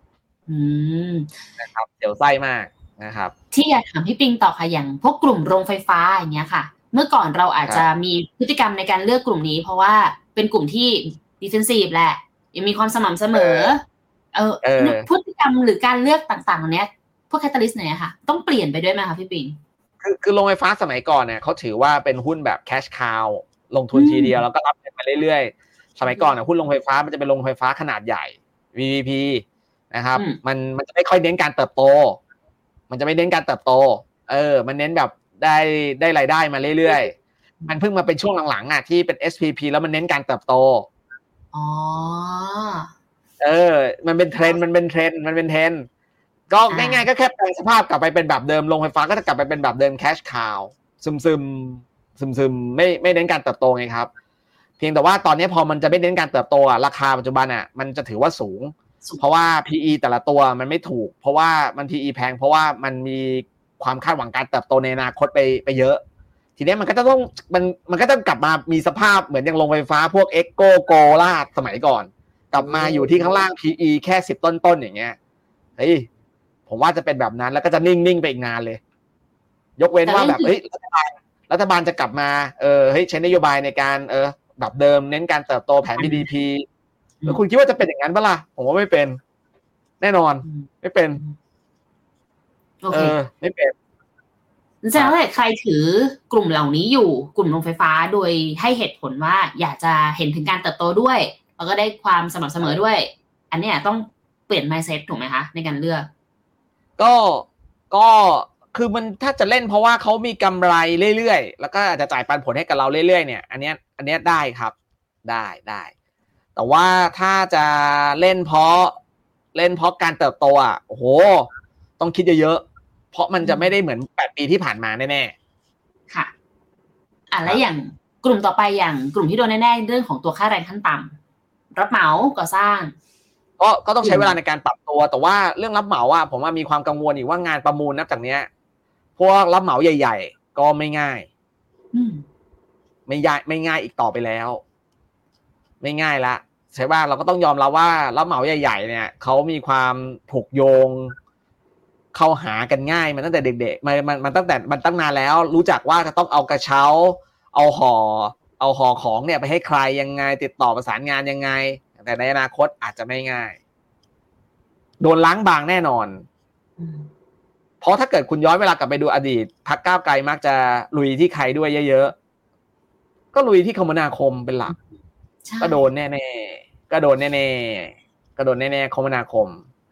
นะครับเสียวไส้มากนะครับที่อยากถามพี่ปิงต่อค่ะอย่างพวกกลุ่มโรงไฟฟ้าอย่างเงี้ยค่ะเมื่อก่อนเราอาจจะมีพฤติกรรมในการเลือกกลุ่มนี้เพราะว่าเป็นกลุ่มที่ defensive แหละยังมีความสม่ำเสมอพฤติกรรมหรือการเลือกต่างๆเนี้ยพวก catalyst เนี่ยค่ะต้องเปลี่ยนไปด้วยไหมคะพี่ปิงคือโรงไฟฟ้าสมัยก่อนเนี่ยเขาถือว่าเป็นหุ้นแบบ cash cow ลงทุนทีเดียวแล้วก็รับเงินมาเรื่อยๆสมัยก่อนหุ้นโรงไฟฟ้ามันจะเป็นโรงไฟฟ้าขนาดใหญ่ VVP นะครับมันจะไม่ค่อยเน้นการเติบโตมันจะไม่เน้นการเติบโตมันเน้นแบบได้รายได้มาเรื่อยๆมันเพิ่งมาเป็นช่วงหลังๆที่เป็น SPP แล้วมันเน้นการเติบโตมันเป็นเทรนด์ก็ง่ายๆก็แค่แปลงสภาพกลับไปเป็นแบบเดิมโรงไฟฟ้าก็จะกลับไปเป็นแบบเดิม cash cow ซึมไม่เน้นการเติบโตไงครับเพียงแต่ว่าตอนนี้พอมันจะไม่เน้นการเติบโตราคาปัจจุบันมันจะถือว่าสูงเพราะว่า PE แต่ละตัวมันไม่ถูกเพราะว่ามัน PE แพงเพราะว่ามันมีความคาดหวังการเติบโตในอนาคตไปเยอะทีนี้มันก็จะต้องมันก็ต้องกลับมามีสภาพเหมือนอย่างโรงไฟฟ้าพวก Echo โกลาดสมัยก่อนกลับมาอยู่ที่ข้างล่าง PE แค่10ต้นอย่างเงี้ยผมว่าจะเป็นแบบนั้นแล้วก็จะนิ่งไปอีกนานเลยยกเว้นว่าแบบรัฐบาลจะกลับมาใช้นโยบายในการแบบเดิมเน้นการเติบโตแผน GDP แล้วคุณคิดว่าจะเป็นอย่างนั้นปะล่ะผมว่าไม่เป็นแน่นอนไม่เป็นไม่เป็นแสดงว่าใครถือกลุ่มเหล่านี้อยู่กลุ่มโรงไฟฟ้าโดยให้เหตุผลว่าอยากจะเห็นถึงการเติบโตด้วยแล้วก็ได้ความสม่ำเสมอด้วยอันนี้ต้องเปลี่ยน mindset ถูกไหมคะในการเลือกก็คือมันถ้าจะเล่นเพราะว่าเขามีกำไรเรื่อยๆแล้วก็อาจจะจ่ายปันผลให้กับเราเรื่อยๆเนี่ยอันเนี้ยได้ครับได้แต่ว่าถ้าจะเล่นเพราะการเติบโตโอ้โหต้องคิดเยอะๆเพราะมันจะไม่ได้เหมือน8ปีที่ผ่านมาแน่ๆค่ะแล้วอย่างกลุ่มต่อไปอย่างกลุ่มที่โดนแน่ๆเรื่องของตัวค่าแรงขั้นต่ำรับเหมาก่อสร้างก็ต้องใช้เวลาในการปรับตัวแต่ว่าเรื่องรับเหมาผมว่ามีความกังวลอีกว่างานประมูลนับจากเนี้ยพวกรับเหมาใหญ่ๆก็ไม่ง่ายไม่ง่ายอีกต่อไปแล้วไม่ง่ายละใช่ป่ะเราก็ต้องยอมรับว่ารับเหมาใหญ่ๆเนี่ยเขามีความผูกโยงเข้าหากันง่ายมันตั้งแต่เด็กๆมันตั้งนานแล้วรู้จักว่าจะต้องเอากระเช้าเอาห่อของเนี่ยไปให้ใครยังไงติดต่อประสานงานยังไงแต่ในอนาคตอาจจะไม่ง่ายโดนล้างบางแน่นอนเพราะถ้าเกิดคุณย้อนเวลากลับไปดูอดีตพรรคก้าวไกลมักจะลุยที่ใครด้วยเยอะๆก็ลุยที่คมนาคมเป็นหลักก็โดนแน่ๆคมนาคม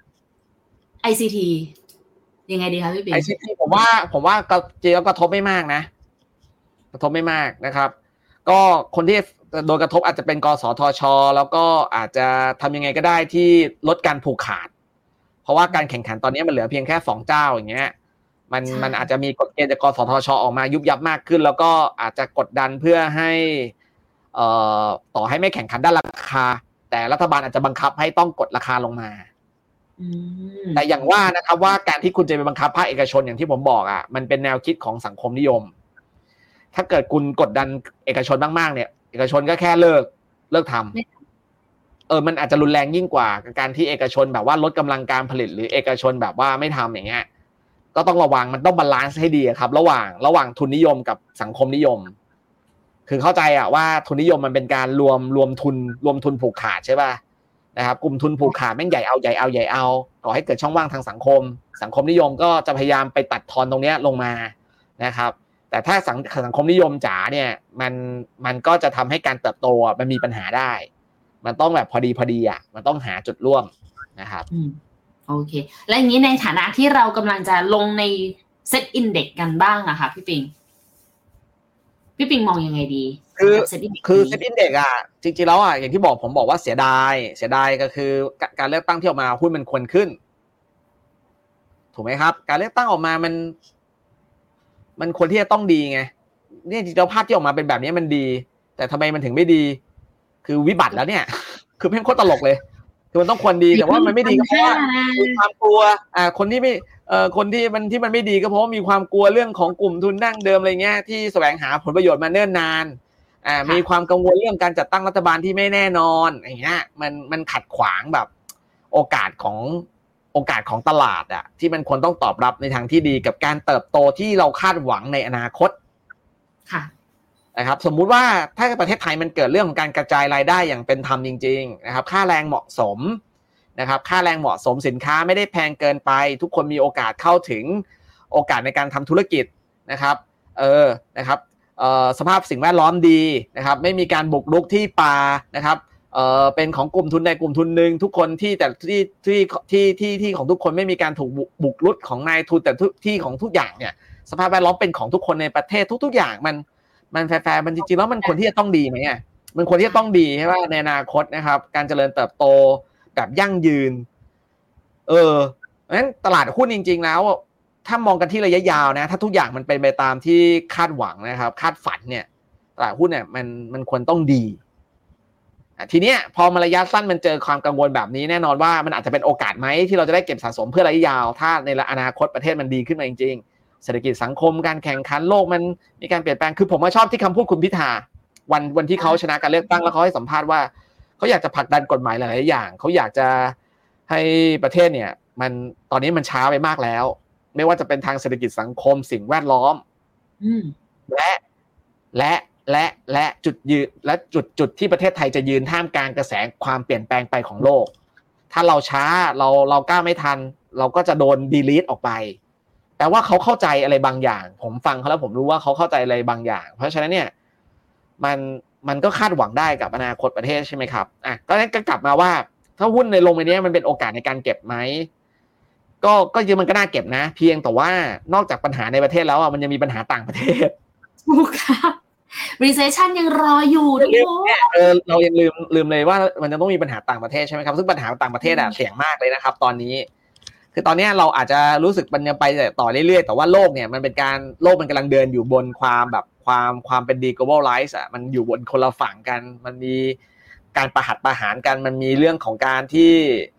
ICT ยังไงดีคะพี่ปิ๊ก ICT ผมว่าจริงแล้วกระทบไม่มากนะกระทบไม่มากนะครับก็คนที่โดนกระทบอาจจะเป็นกสทช.แล้วก็อาจจะทำยังไงก็ได้ที่ลดการผูกขาดเพราะว่าการแข่งขันตอนนี้มันเหลือเพียงแค่2เจ้าอย่างเงี้ยมันอาจจะมีกฎเกณฑ์จากกสทช.ออกมายุบยับมากขึ้นแล้วก็อาจจะกดดันเพื่อให้ต่อให้ไม่แข่งขันด้านราคาแต่รัฐบาลอาจจะบังคับให้ต้องกดราคาลงมาแต่อย่างว่านะครับว่าการที่คุณจะไปบังคับภาคเอกชนอย่างที่ผมบอกมันเป็นแนวคิดของสังคมนิยมถ้าเกิดคุณกดดันเอกชนมากๆเนี่ยเอกชนก็แค่เลิกทำมันอาจจะรุนแรงยิ่งกว่าการที่เอกชนแบบว่าลดกำลังการผลิตหรือเอกชนแบบว่าไม่ทำอย่างเงี้ยก็ต้องระวังมันต้องบาลานซ์ให้ดีครับระหว่างทุนนิยมกับสังคมนิยมคือเข้าใจว่าทุนนิยมมันเป็นการรวมทุนผูกขาดใช่ป่ะนะครับกลุ่มทุนผูกขาดแม่งใหญ่เอาก่อให้เกิดช่องว่างทางสังคมนิยมก็จะพยายามไปตัดทอนตรงนี้ลงมานะครับแต่ถ้าสังคมนิยมจ๋าเนี่ยมันก็จะทำให้การเติบโตมันมีปัญหาได้มันต้องแบบพอดีมันต้องหาจุดร่วมนะครับโอเคและอย่างนี้ในฐานะที่เรากำลังจะลงในเซตอินเด็กซ์กันบ้างอะค่ะพี่ปิงมองยังไงดีคือเซตอินเด็กซ์จริงๆแล้วอย่างที่ผมบอกว่าเสียดายก็คือการเลือกตั้งที่ออกมาหุ้นมันควรขึ้นถูกไหมครับการเลือกตั้งออกมามันควรที่จะต้องดีไงเนี่ยจริงๆภาพที่ออกมาเป็นแบบนี้มันดีแต่ทำไมมันถึงไม่ดีคือวิบัติแล้วเนี่ยคือเพ่งโคตรตลกเลยคือมันต้องควรดีแต่ว่ามันไม่ดีก็เพราะว่ามีความกลัวคนที่ไม่คนที่มันไม่ดีก็เพราะว่ามีความกลัวเรื่องของกลุ่มทุนดั้งเดิมอะไรเงี้ยที่แสวงหาผลประโยชน์มาเนิ่นนานมีความกังวลเรื่องการจัดตั้งรัฐบาลที่ไม่แน่นอนอย่างเงี้ยมันขัดขวางแบบโอกาสของตลาดที่มันควรต้องตอบรับในทางที่ดีกับการเติบโตที่เราคาดหวังในอนาคตค่ะนะครับสมมุติว่าถ้าประเทศไทยมันเกิดเรื่องของการกระจายรายได้อย่างเป็นธรรมจริงๆนะครับค่าแรงเหมาะสมนะครับค่าแรงเหมาะสมสินค้าไม่ได้แพงเกินไปทุกคนมีโอกาสเข้าถึงโอกาสในการทำธุรกิจนะครับนะครับสภาพสิ่งแวดล้อมดีนะครับไม่มีการบุกรุกที่ป่านะครับเป็นของกลุ่มทุนใดกลุ่มทุนหนึ่งทุกคนที่แต่ที่ของทุกคนไม่มีการถูกบุกรุกของนายทุนแต่ที่ของทุกอย่างเนี่ยสภาพแวดล้อมเป็นของทุกคนในประเทศทุกๆอย่างมันแฟร์มันจริงๆแล้วมันควรที่จะต้องดีไหมมันควรที่จะต้องดีใช่ป่ะในอนาคตนะครับการเจริญเติบโตแบบยั่งยืนงั้นตลาดหุ้นจริงๆแล้วถ้ามองกันที่ระยะยาวนะถ้าทุกอย่างมันเป็นไปตามที่คาดหวังนะครับคาดฝันเนี่ยตลาดหุ้นเนี่ยมันควรต้องดีทีเนี้ยพอมาระยะสั้นมันเจอความกังวลแบบนี้แน่นอนว่ามันอาจจะเป็นโอกาสไหมที่เราจะได้เก็บสะสมเพื่อระยะยาวถ้าในอนาคตประเทศมันดีขึ้นมาจริงๆเศรษฐกิจสังคมการแข่งขันโลกมันมีการเปลี่ยนแปลงคือผมชอบที่คำพูดคุณพิธาวันที่เขาชนะการเลือกตั้งแล้วเขาให้สัมภาษณ์ว่าเขาอยากจะผลักดันกฎหมายหลายๆอย่างเขาอยากจะให้ประเทศเนี่ยมันตอนนี้มันช้าไปมากแล้วไม่ว่าจะเป็นทางเศรษฐกิจสังคมสิ่งแวดล้อมและจุดยืนและจุดที่ประเทศไทยจะยืนท่ามกลางกระแสความเปลี่ยนแปลงไปของโลกถ้าเราช้าเราก้าวไม่ทันเราก็จะโดนดีลีทออกไปแต่ว่าเขาเข้าใจอะไรบางอย่างผมฟังเขาแล้วผมรู้ว่าเขาเข้าใจอะไรบางอย่างเพราะฉะนั้นเนี่ยมันก็คาดหวังได้กับอนาคตประเทศใช่ไหมครับก็กลับมาว่าถ้าหุ้นในลงไปนี้มันเป็นโอกาสในการเก็บไหมก็ยังมันก็น่าเก็บนะเพียงแต่ว่านอกจากปัญหาในประเทศแล้วมันยังมีปัญหาต่างประเทศถูกค่ะ recession ยังรออยู่ทุกคนเรายังลืมเลยว่ามันจะต้องมีปัญหาต่างประเทศใช่ไหมครับซึ่งปัญหาต่างประเทศเสี่ยงมากเลยนะครับตอนนี้คือตอนนี้เราอาจจะรู้สึกมันยังไปต่อเรื่อยๆแต่ว่าโลกเนี่ยมันเป็นการโลกมันกำลังเดินอยู่บนความแบบความเป็น deglobalize มันอยู่บนคนละฝั่งกันมันมีการประหารกันมันมีเรื่องของการที่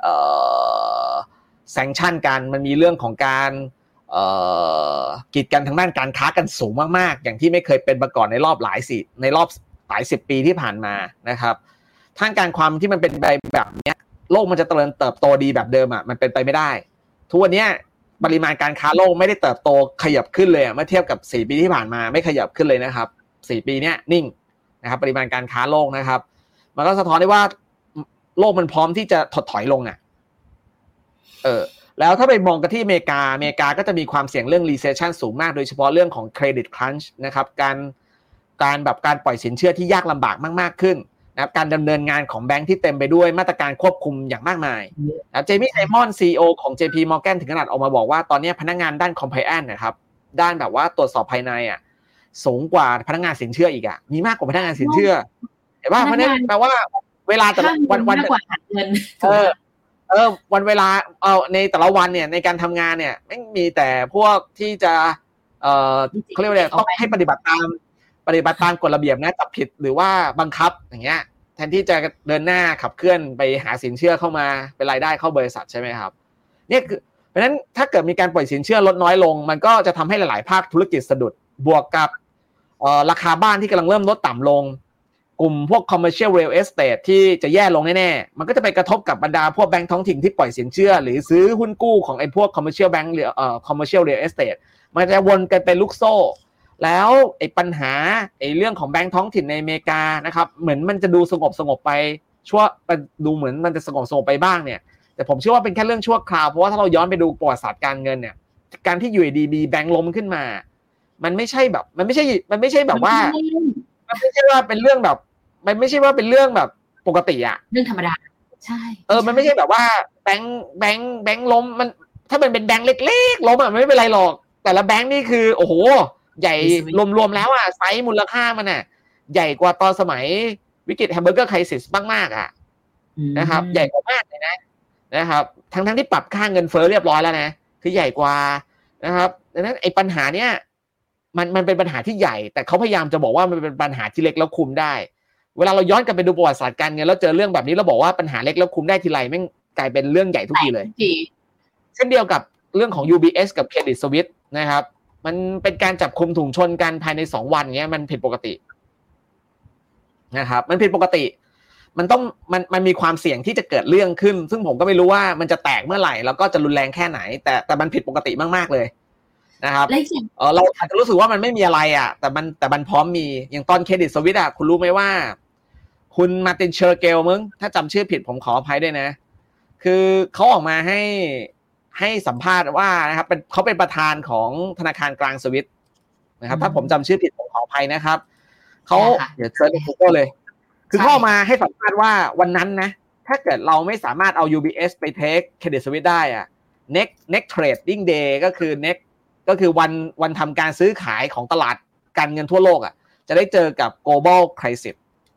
sanction กันมันมีเรื่องของการกีดกันทางด้านการค้ากันสูงมากๆอย่างที่ไม่เคยเป็นมาก่อนในรอบหลายสิบปีที่ผ่านมานะครับทางการความที่มันเป็นแบบนี้โลกมันจะเติบโตดีแบบเดิมมันเป็นไปไม่ได้ทุกวันนี้ปริมาณการค้าโลกไม่ได้เติบโตขยับขึ้นเลยเมื่อเทียบกับ4ปีที่ผ่านมาไม่ขยับขึ้นเลยนะครับ4ปีเนี้ยนิ่งนะครับปริมาณการค้าโลกนะครับมันก็สะท้อนได้ว่าโลกมันพร้อมที่จะถดถอยลงแล้วถ้าไปมองกันที่อเมริกาก็จะมีความเสี่ยงเรื่อง recession สูงมากโดยเฉพาะเรื่องของ credit crunch นะครับการปล่อยสินเชื่อที่ยากลำบากมากๆขึ้นนะครับการดำเนินงานของแบงค์ที่เต็มไปด้วยมาตรการควบคุมอย่างมากมายเจมี่ไซมอน CEO ของ JP Morgan ถึงขนาดออกมาบอกว่าตอนนี้พนักงานด้าน compliance นะครับด้านแบบว่าตรวจสอบภายในสูงกว่าพนักงานสินเชื่ออีกมีมากกว่าพนักงานสินเชื่อเห็นป่ะเพราะนั้นแปลว่าเวลาแต่วันมากกว่าหาเงินวันเวลาในแต่ละวันเนี่ยในการทำงานเนี่ยไม่มีแต่พวกที่จะเขาเรียกว่าอะไรต้องให้ปฏิบัติตามกฎระเบียบนะจับผิดหรือว่าบังคับอย่างเงี้ยแทนที่จะเดินหน้าขับเคลื่อนไปหาสินเชื่อเข้ามาเป็นรายได้เข้าบริษัทใช่ไหมครับเนี่ยคือเพราะฉะนั้นถ้าเกิดมีการปล่อยสินเชื่อลดน้อยลงมันก็จะทำให้หลายๆภาคธุรกิจสะดุดบวกกับราคาบ้านที่กำลังเริ่มลดต่ำลงกลุ่มพวก commercial real estate ที่จะแย่ลงแน่ๆมันก็จะไปกระทบกับบรรดาพวกแบงก์ท้องถิ่นที่ปล่อยสินเชื่อหรือซื้อหุ้นกู้ของไอ้พวก commercial bank หรือcommercial real estate มันจะวนกันเป็นลูกโซ่แล้วไอ้ปัญหาไอ้เรื่องของแบงก์ท้องถิ่นในอเมริกานะครับเหมือนมันจะดูสงบไปดูเหมือนมันจะสงบไปบ้างเนี่ยแต่ผมเชื่อว่าเป็นแค่เรื่องชั่วคราวเพราะว่าถ้าเราย้อนไปดูประวัติศาสตร์การเงินเนี่ยการที่อยู่ดีๆแบงก์ล้มขึ้นมามันไม่ใช่แบบมันไม่ใช่แบบว่ามันไม่ใช่ว่าเป็นเรื่องแบบมันไม่ใช่ว่าเป็นเรื่องแบบปกติอะเรื่องธรรมดาใช่มันไม่ใช่แบบว่าแบงค์ล้มมันถ้ามันเป็นแบงค์เล็กๆล้มอะไม่เป็นไรหรอกแต่ละแบงค์นี่คือโอ้โหใหญ่รวมๆแล้วอะไซส์มูลค่ามันอะใหญ่กว่าตอนสมัยวิกฤตแฮมเบอร์เกอร์ไครซิสมากๆอะนะครับใหญ่กว่ามากเลยนะครับทั้งที่ปรับค่าเงินเฟ้อเรียบร้อยแล้วนะคือใหญ่กว่านะครับดังนั้นไอ้ปัญหาเนี้ยมันเป็นปัญหาที่ใหญ่แต่เขาพยายามจะบอกว่ามันเป็นปัญหาที่เล็กแล้วคุมได้เวลาเราย้อนกลับไปดูประวัติศาสตร์การเงินแล้วเจอเรื่องแบบนี้เราบอกว่าปัญหาเล็กแล้วคุมได้ทีไรแม่งกลายเป็นเรื่องใหญ่ทุกทีเลยเช่นเดียวกับเรื่องของ UBS กับ Credit Suisse นะครับมันเป็นการจับคุมถุงชนกันภายใน2วันเงี้ยมันผิดปกตินะครับมันผิดปกติมันมีความเสี่ยงที่จะเกิดเรื่องขึ้นซึ่งผมก็ไม่รู้ว่ามันจะแตกเมื่อไหร่แล้วก็จะรุนแรงแค่ไหนแต่มันผิดปกติมากๆเลยนะครับเราอาจจะรู้สึกว่ามันไม่มีอะไรอ่ะแต่มันพร้อมมีอย่างตอนเครดิตสวิสอ่ะคุณรู้ไหมว่าคุณมาร์ตินเชอร์เกลมึงถ้าจำชื่อผิดผมขออภัยด้วยนะคือเขาออกมาให้สัมภาษณ์ว่านะครับเขาเป็นประธานของธนาคารกลางสวิสนะครับถ้าผมจำชื่อผิดผมขออภัยนะครับเขาเดี๋ยวเซิร์ชใน Google เลยคือเขามาให้สัมภาษณ์ว่าวันนั้นนะถ้าเกิดเราไม่สามารถเอา UBS ไปเทคเครดิตสวิสได้อ่ะ next trading day ก็คือวันทำการซื้อขายของตลาดการเงินทั่วโลกอ่ะจะได้เจอกับ global crisis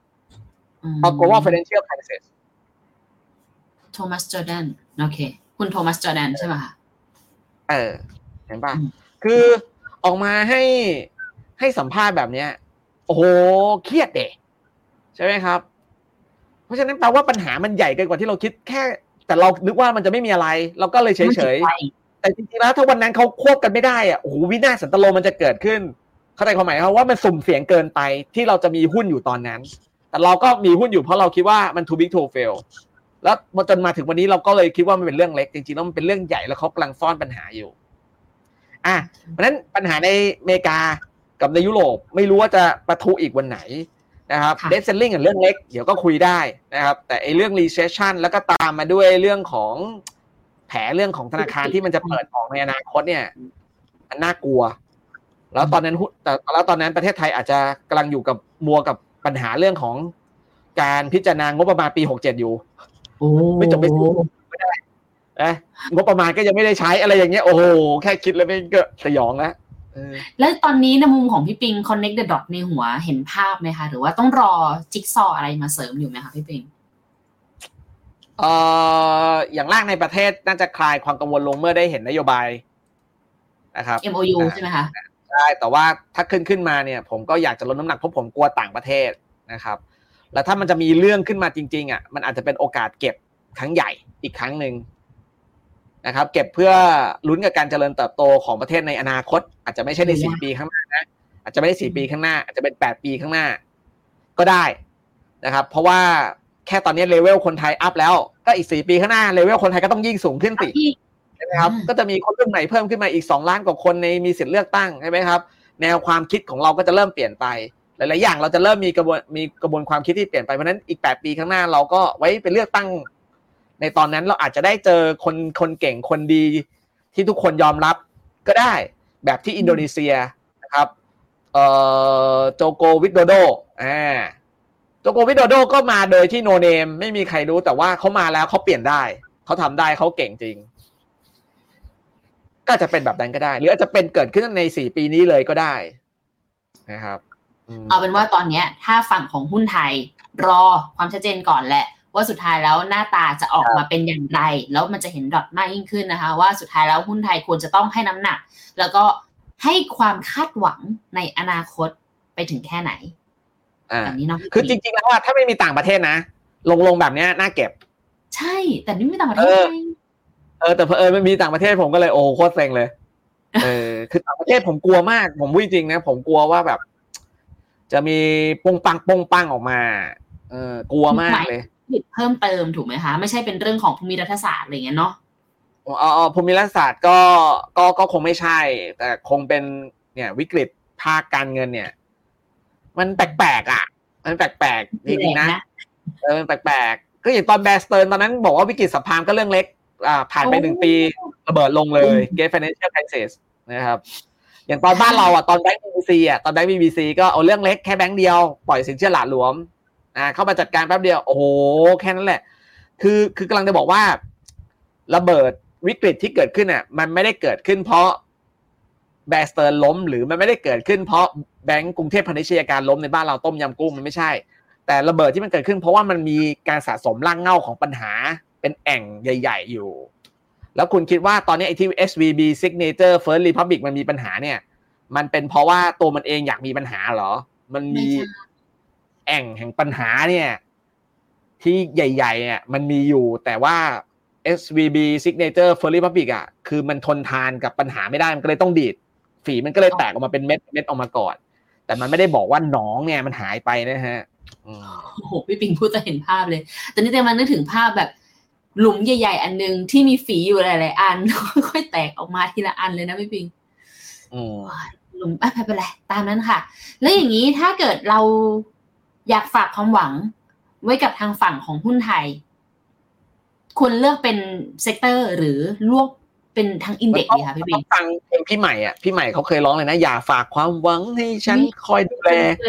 global financial crisis โทมัสจอร์แดนโอเคคุณโทมัสจอร์แดนใช่ไหมคะเห็นป่ะคือออกมาให้สัมภาษณ์แบบเนี้ยโอ้โหเครียดเด็ใช่ไหมครับเพราะฉะนั้นแปลว่าปัญหามันใหญ่เกินกว่าที่เราคิดแค่แต่เรานึกว่ามันจะไม่มีอะไรเราก็เลยเฉยๆแต่จริงๆแล้วถ้าวันนั้นเขาควบกันไม่ได้อ่ะโอ้โหวินาศสันตโลมันจะเกิดขึ้นเข้าใจความหมายครับว่ามันสุ่มเสี่ยงเกินไปที่เราจะมีหุ้นอยู่ตอนนั้นแต่เราก็มีหุ้นอยู่เพราะเราคิดว่ามัน too big to fail แล้วจนมาถึงวันนี้เราก็เลยคิดว่ามันเป็นเรื่องเล็กจริงๆแล้วมันเป็นเรื่องใหญ่แล้วเขากำลังซ่อนปัญหาอยู่เพราะฉะนั้นปัญหาในอเมริกากับในยุโรปไม่รู้ว่าจะปะทุอีกวันไหนนะครับเดทเซลลิ่งเรื่องเล็กเดี๋ยวก็คุยได้นะครับแต่ไอ้เรื่อง recession แล้วก็ตามมาด้วยเรื่องของแผลเรื่องของธนาคารที่มันจะเปิดออกในอนาคตเนี่ยมันน่ากลัวแล้วตอนนั้นประเทศไทยอาจจะกำลังอยู่กับมัวกับปัญหาเรื่องของการพิจารณางบประมาณปี67อยู่ไม่จบไม่ได้งบประมาณก็ยังไม่ได้ใช้อะไรอย่างเงี้ยโอ้โหแค่คิดแล้วมันก็สยองแล้วตอนนี้ในมุมของพี่ปิง connect the dot ในหัวเห็นภาพไหมคะหรือว่าต้องรอจิ๊กซออะไรมาเสริมอยู่ไหมคะพี่ปิงอย่างแรกในประเทศน่าจะคลายความกังวลลงเมื่อได้เห็นนโยบายนะครับ MOU ใช่ไหมคะใช่แต่ว่าถ้าขึ้นมาเนี่ยผมก็อยากจะลดน้ำหนักเพราะผมกลัวต่างประเทศนะครับแล้วถ้ามันจะมีเรื่องขึ้นมาจริงๆอ่ะมันอาจจะเป็นโอกาสเก็บครั้งใหญ่อีกครั้งนึงนะครับเก็บเพื่อลุ้นกับการเจริญเติบโตของประเทศในอนาคตอาจจะไม่ใช่ใน4ปีข้างหน้านะอาจจะไม่ได้4ปีข้างหน้าอาจจะเป็น8ปีข้างหน้าก็ได้นะครับเพราะว่าแค่ตอนนี้เลเวลคนไทยอัพแล้วก็อีก4ปีข้างหน้าเลเวลคนไทยก็ต้องยิ่งสูงขึ้นสิใช่ไหมครับก็จะมีคนรุ่นใหม่เพิ่มขึ้นมาอีก2ล้านกว่าคนในมีสิทธิ์เลือกตั้งใช่ไหมครับแนวความคิดของเราก็จะเริ่มเปลี่ยนไปหลายๆอย่างเราจะเริ่มมีกระบวนความคิดที่เปลี่ยนไปเพราะนั้นอีก8ปีข้างหน้าเราก็ไว้เป็นเลือกตั้งในตอนนั้นเราอาจจะได้เจอคนเก่งคนดีที่ทุกคนยอมรับก็ได้แบบที่อินโดนีเซียนะครับโจโกวิโดโดโจโกวิโดโดก็มาโดยที่โนเนมไม่มีใครรู้แต่ว่าเขามาแล้วเขาเปลี่ยนได้เขาทำได้เขาเก่งจริงก็จะเป็นแบบนั้นก็ได้หรืออาจจะเป็นเกิดขึ้นใน4ปีนี้เลยก็ได้นะครับเอาเป็นว่าตอนนี้ถ้าฝั่งของหุ้นไทยรอความชัดเจนก่อนแหละว่าสุดท้ายแล้วหน้าตาจะออกมาเป็นอย่างไรแล้วมันจะเห็นดอทมากยิ่งขึ้นนะคะว่าสุดท้ายแล้วหุ้นไทยควรจะต้องให้น้ำหนักแล้วก็ให้ความคาดหวังในอนาคตไปถึงแค่ไหนแบบนี้เนาะคือจริงๆแล้วถ้าไม่มีต่างประเทศนะลงแบบนี้น่าเก็บใช่แต่นี่ไม่ต่างประเทศแต่มันมีต่างประเทศผมก็เลยโอ้โคตรเซ็งเลยคือต่างประเทศผมกลัวมากผมพูดจริงนะผมกลัวว่าแบบจะมีปงปังออกมากลัวมากเลยเพิ่มเติมถูกไหมคะไม่ใช่เป็นเรื่องของภูมิรัฐศาสตร์อะไรเงี้ยเนาะภูมิรัฐศาสตร์ก็คงไม่ใช่แต่คงเป็นเนี่ยวิกฤตภาคการเงินเนี่ยมันแปลกๆอ่ะมันแปลกๆจริงๆนะมันแปลกๆก็อย่างตอนแบร์สเติร์นตอนนั้นบอกว่าวิกฤตสัพพามก็เรื่องเล็กผ่านไป1 ปีระเบิดลงเลย Great Financial Crisis นะครับอย่างตอนบ้านเราอ่ะตอนแบงก์ BBC อ่ะตอนแบงก์ BBC ก็เอาเรื่องเล็กแค่แบงก์เดียวปล่อยสินเชื่อหละหลวมเข้ามาจัดการแป๊บเดียวโอ้โหแค่นั้นแหละคือกำลังจะบอกว่าระเบิดวิกฤตที่เกิดขึ้นอ่ะมันไม่ได้เกิดขึ้นเพราะแบร์สเติร์นล้มหรือมันไม่ได้เกิดขึ้นเพราะแบงก์กรุงเทพพาณิชยการล้มในบ้านเราต้มยำกุ้งมันไม่ใช่แต่ระเบิดที่มันเกิดขึ้นเพราะว่ามันมีการสะสมรากเหง้าของปัญหาเป็นแอ่งใหญ่ๆอยู่แล้วคุณคิดว่าตอนนี้ไอ้ที่ SVB Signature First Republic มันมีปัญหาเนี่ยมันเป็นเพราะว่าตัวมันเองอยากมีปัญหาเหรอมันมีแอ่งแห่งปัญหาเนี่ยที่ใหญ่ๆเนี่ยมันมีอยู่แต่ว่า SVB Signature First Republic อ่ะคือมันทนทานกับปัญหาไม่ได้มันก็เลยต้องดีดฝีมันก็เลยแตกออกมาเป็นเม็ดออกมาก่อนแต่มันไม่ได้บอกว่าหนองเนี่ยมันหายไปนะฮะโอ้โหพี่ปิงพูดจะเห็นภาพเลยแต่นี่แต่มันนึกถึงภาพแบบหลุมใหญ่ๆอันนึงที่มีฝีอยู่หลายๆอันค่อยๆแตกออกมาทีละอันเลยนะพี่ปิงหลุมไม่เป็นไรตามนั้นค่ะแล้วอย่างนี้ถ้าเกิดเราอยากฝากความหวังไว้กับทางฝั่งของหุ้นไทยควรเลือกเป็นเซกเตอร์หรือเลือกเป็นทางอินเด็กซ์ดีค่ะพี่ปิงฟังเพลงพี่ใหม่อ่ะพี่ใหม่เขาเคยร้องเลยนะอย่าฝากความหวังให้ฉันคอยดูแล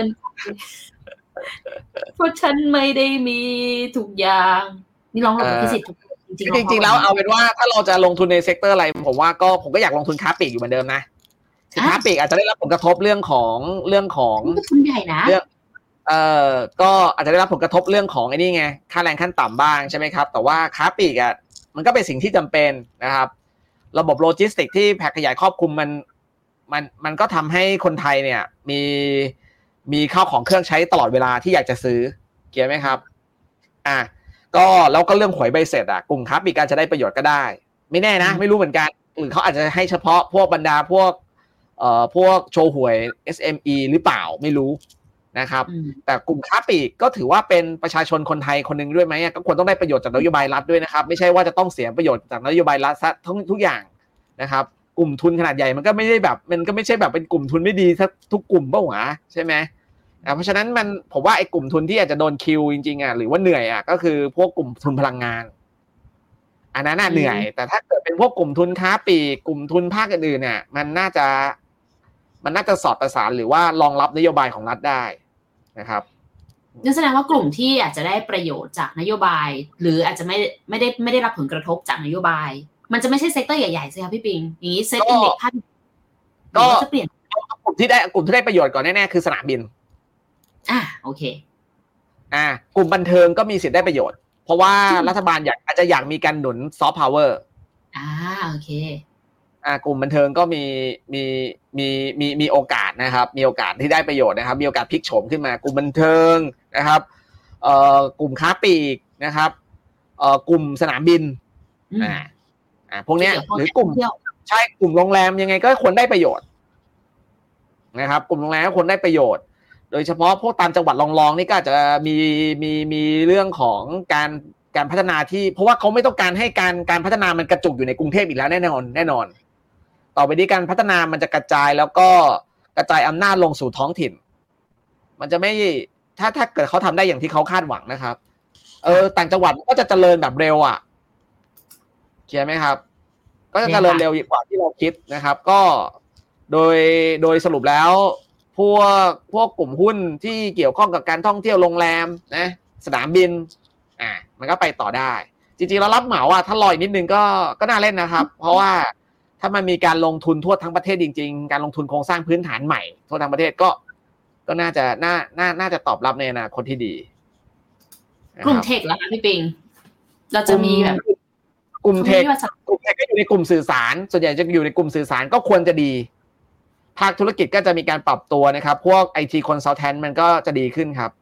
เพราะฉันไม่ได้มีทุกอย่างนี่ร้องระบบพิเศษทุกจริงๆแล้วเอาเป็นว่าถ้าเราจะลงทุนในเซกเตอร์อะไรผมก็อยากลงทุนค้าปลีกอยู่เหมือนเดิมนะค้าปลีกอาจจะได้รับผลกระทบเรื่องของทุนใหญ่นะก็อาจจะได้รับผลกระทบเรื่องของไอ้นี่ไงค่าแรงขั้นต่ำบ้างใช่ไหมครับแต่ว่าค้าปลีกอ่ะมันก็เป็นสิ่งที่จำเป็นนะครับระบบโลจิสติกที่แผ่ขยายครอบคลุมมันก็ทำให้คนไทยเนี่ยมีข้าวของเครื่องใช้ตลอดเวลาที่อยากจะซื้อเกี่ยวไหมครับก็แล้วก็เรื่องหวยใบเสร็จกลุ่มค้าปลีกการจะได้ประโยชน์ก็ได้ไม่แน่นะไม่รู้เหมือนกันหรือเขาอาจจะให้เฉพาะพวกบรรดาพวกโชว์หวย SME หรือเปล่าไม่รู้นะครับแต่กลุ่มค้าปลีกก็ถือว่าเป็นประชาชนคนไทยคนนึงด้วยไหมก็ควรต้องได้ประโยชน์จากนโยบายรัฐด้วยนะครับไม่ใช่ว่าจะต้องเสียประโยชน์จากนโยบายรัฐทุกอย่างนะครับกลุ่มทุนขนาดใหญ่มันก็ไม่ใช่แบบเป็นกลุ่มทุนไม่ดีทุกกลุ่มเปล่าวะใช่ไหมเพราะฉะนั้นผมว่าไอ้กลุ่มทุนที่อาจจะโดนคิวจริงๆหรือว่าเหนื่อยก็คือพวกกลุ่มทุนพลังงานอันนั้นเหนื่อยแต่ถ้าเกิดเป็นพวกกลุ่มทุนค้าปลีกกลุ่มทุนภาคอื่นๆเนี่ยมันน่าจะสอดประสานหรือว่ารองรับนโยบายของรัฐได้นะครับนั่นแสดงว่ากลุ่มที่อาจจะได้ประโยชน์จากนโยบายหรืออาจจะไม่ได้รับผลกระทบจากนโยบายมันจะไม่ใช่เซกเตอร์ใหญ่ๆสิคะพี่ปิงอย่างนี้เซตอินเด็กซ์ภาคก็จะเปลี่ยนกลุ่มที่ได้ประโยชน์ก่อนแน่ๆคือสนามบินโอเคกลุ่มบันเทิงก็มีสิทธิ์ได้ประโยชน์เพราะว่ารัฐบาลอาจจะอยากมีการหนุนซอฟต์พาวเวอร์โอเคกลุ่มบันเทิงก็มีโอกาสนะครับมีโอกาสที่ได้ประโยชน์นะครับมีโอกาสพลิกโฉมขึ้นมากลุ่มบันเทิงนะครับกลุ่มค้าปลีกนะครับกลุ่มสนามบินพวกเนี้ยหรือกลุ่มกลุ่มโรงแรมยังไงก็ควรได้ประโยชน์นะครับกลุ่มโรงแรมก็ควรได้ประโยชน์โดยเฉพาะพวกตามจังหวัดรองๆนี่ก็อาจจะมีเรื่องของการพัฒนาที่เพราะว่าเขาไม่ต้องการให้การพัฒนามันกระจุกอยู่ในกรุงเทพอีกแล้วแน่นอนต่อไปนี้การพัฒนามันจะกระจายแล้วก็กระจายอำนาจลงสู่ท้องถิ่นมันจะไม่ถ้าเกิดเขาทำได้อย่างที่เขาคาดหวังนะครับต่างจังหวัดก็จะเจริญแบบเร็วเข้าใจไหมครับก็จะเจริญเร็วกว่าที่เราคิดนะครับก็โดยสรุปแล้วพวกกลุ่มหุ้นที่เกี่ยวข้องกับการท่องเที่ยวโรงแรมนะสนามบินมันก็ไปต่อได้จริงๆแล้วรับเหมาถ้ารออีกนิดนึงก็น่าเล่นนะครับเพราะว่าถ้ามันมีการลงทุนทั่วทั้งประเทศจริงๆการลงทุนโครงสร้างพื้นฐานใหม่ทั่วทั้งประเทศก็น่าจะตอบรับในอนาคตที่ดีกลุ่มเทคแล้วค่ะพี่ปิงเราจะมีแบบกลุ่มเทคก็อยู่ในกลุ่มสื่อสารส่วนใหญ่จะอยู่ในกลุ่มสื่อสารก็ควรจะดีภาคธุรกิจก็จะมีการปรับตัวนะครับพวก IT Consultant มันก็จะดีขึ้นครับ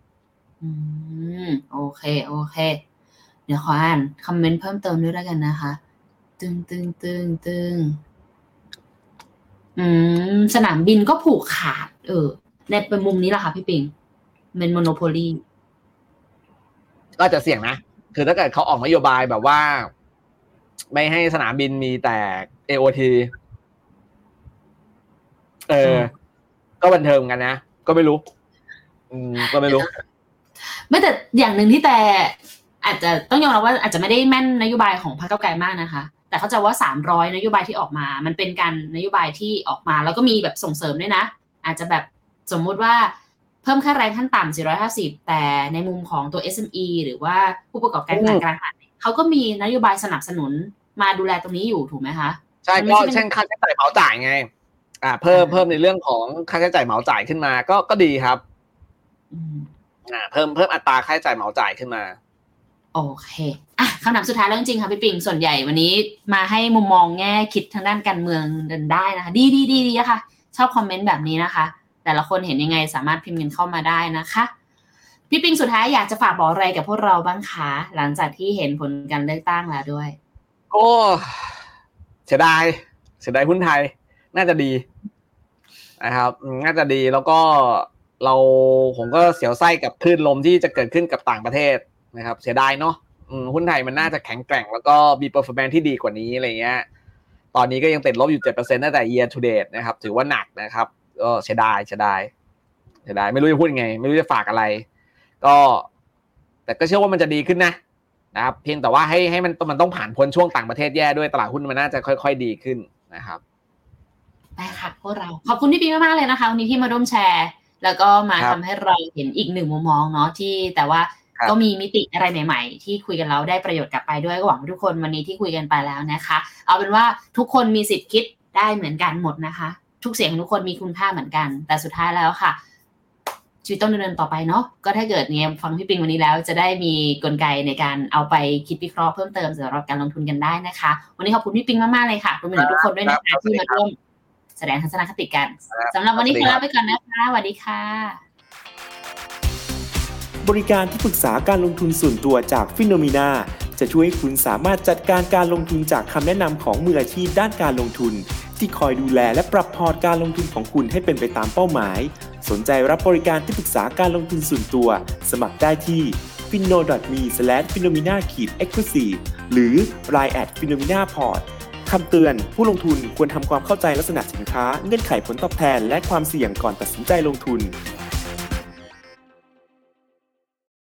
โอเคเดี๋ยวขออ่านคอมเมนต์เพิ่มเติมด้วยแล้วกันนะคะตึงสนามบินก็ผูกขาดในเป็นมุมนี้ล่ะค่ะพี่ปิงเป็นโมโนโพลีก็จะเสี่ยงนะคือถ้าเกิดเขาออกนโยบายแบบว่าไม่ให้สนามบินมีแต่ AOT ก็บันเทิงกันนะก็ไม่รู้ก็ไม่รู้ไม่แต่อย่างนึงที่แต่อาจจะต้องยอมรับว่าอาจจะไม่ได้แม่นนโยบายของพรรคก้าวไกลมากนะคะแต่เข้าใจว่า300นโยบายที่ออกมามันเป็นการนโยบายที่ออกมาแล้วก็มีแบบส่งเสริมด้วยนะอาจจะแบบสมมุติว่าเพิ่มค่าแรงขั้นต่ำ450แต่ในมุมของตัว SME หรือว่าผู้ประกอบการขนาดกลางเขาก็มีนโยบายสนับสนุนมาดูแลตรงนี้อยู่ถูกไหมคะใช่ก็เช่นค่าใช้จ่ายเหมาจ่ายไงเพิ่มในเรื่องของค่าใช้จ่ายเหมาจ่ายขึ้นมาก็ดีครับเพิ่มอัตราค่าใช้จ่ายเหมาจ่ายขึ้นมาโอเคคำถามสุดท้ายแล้วจริงๆค่ะพี่ปิงส่วนใหญ่วันนี้มาให้มุมมองแง่คิดทางด้านการเมืองเดินได้นะคะดีอะค่ะชอบคอมเมนต์แบบนี้นะคะแต่ละคนเห็นยังไงสามารถพิมพ์กันเข้ามาได้นะคะพี่ปิงสุดท้ายอยากจะฝากบอกอะไรกับพวกเราบ้างคะหลังจากที่เห็นผลการเลือกตั้งแล้วด้วยก็เสียดายหุ้นไทยน่าจะดีนะครับน่าจะดีแล้วก็ผมก็เสียวไส้กับคลื่นลมที่จะเกิดขึ้นกับต่างประเทศนะครับเสียดายเนาะหุ้นไทยมันน่าจะแข็งแกร่งแล้วก็มี performance ที่ดีกว่านี้อะไรเงี้ยตอนนี้ก็ยังติดลบอยู่ 7% ตั้งแต่ year to date นะครับถือว่าหนักนะครับก็เสียดายไม่รู้จะพูดยังไงไม่รู้จะฝากอะไรก็แต่ก็เชื่อว่ามันจะดีขึ้นนะครับเพียงแต่ว่าให้มันต้องผ่านพ้นช่วงต่างประเทศแย่ด้วยตลาดหุ้นมันน่าจะค่อยๆดีขึ้นนะครับได้ค่ะพวกเราขอบคุณพี่ปิ๊งมากๆเลยนะคะวันนี้ที่มาร่วมแชร์แล้วก็มาทำให้เราเห็นอีกหนึ่งมุมมองเนาะที่แต่ว่าก็มีมิติอะไรใหม่ๆที่คุยกันแล้วได้ประโยชน์กลับไปด้วยก็หวังว่าทุกคนวันนี้ที่คุยกันไปแล้วนะคะเอาเป็นว่าทุกคนมีสิทธิ์คิดได้เหมือนกันหมดนะคะทุกเสียงของทุกคนมีคุณค่าเหมือนกันแต่สุดท้ายแล้วค่ะชีวิตต้องดำเนินต่อไปเนาะก็ถ้าเกิดเนี่ยฟังพี่ปิงวันนี้แล้วจะได้มีกลไกในการเอาไปคิดวิเคราะห์เพิ่มเติมสำหรับการลงทุนกันได้นะคะวันนี้ขอบคุณพี่ปิงมากๆเลยค่ะรวมถึงทุกคนด้วยนะคะที่มาร่วมแสดงทัศนคติกันสำหรับวันนี้ขอลาไปก่อนนะคะสวัสดีค่ะบริการที่ปรึกษาการลงทุนส่วนตัวจาก Phenomena จะช่วยให้คุณสามารถจัดการการลงทุนจากคำแนะนำของมืออาชีพด้านการลงทุนที่คอยดูแลและปรับพอร์ตการลงทุนของคุณให้เป็นไปตามเป้าหมายสนใจรับบริการที่ปรึกษาการลงทุนส่วนตัวสมัครได้ที่ finno.me/phenomena-exclusive หรือ line@phenomena-port คำเตือนผู้ลงทุนควรทำความเข้าใจลักษณะสินค้าเงื่อนไขผลตอบแทนและความเสี่ยงก่อนตัดสินใจลงทุน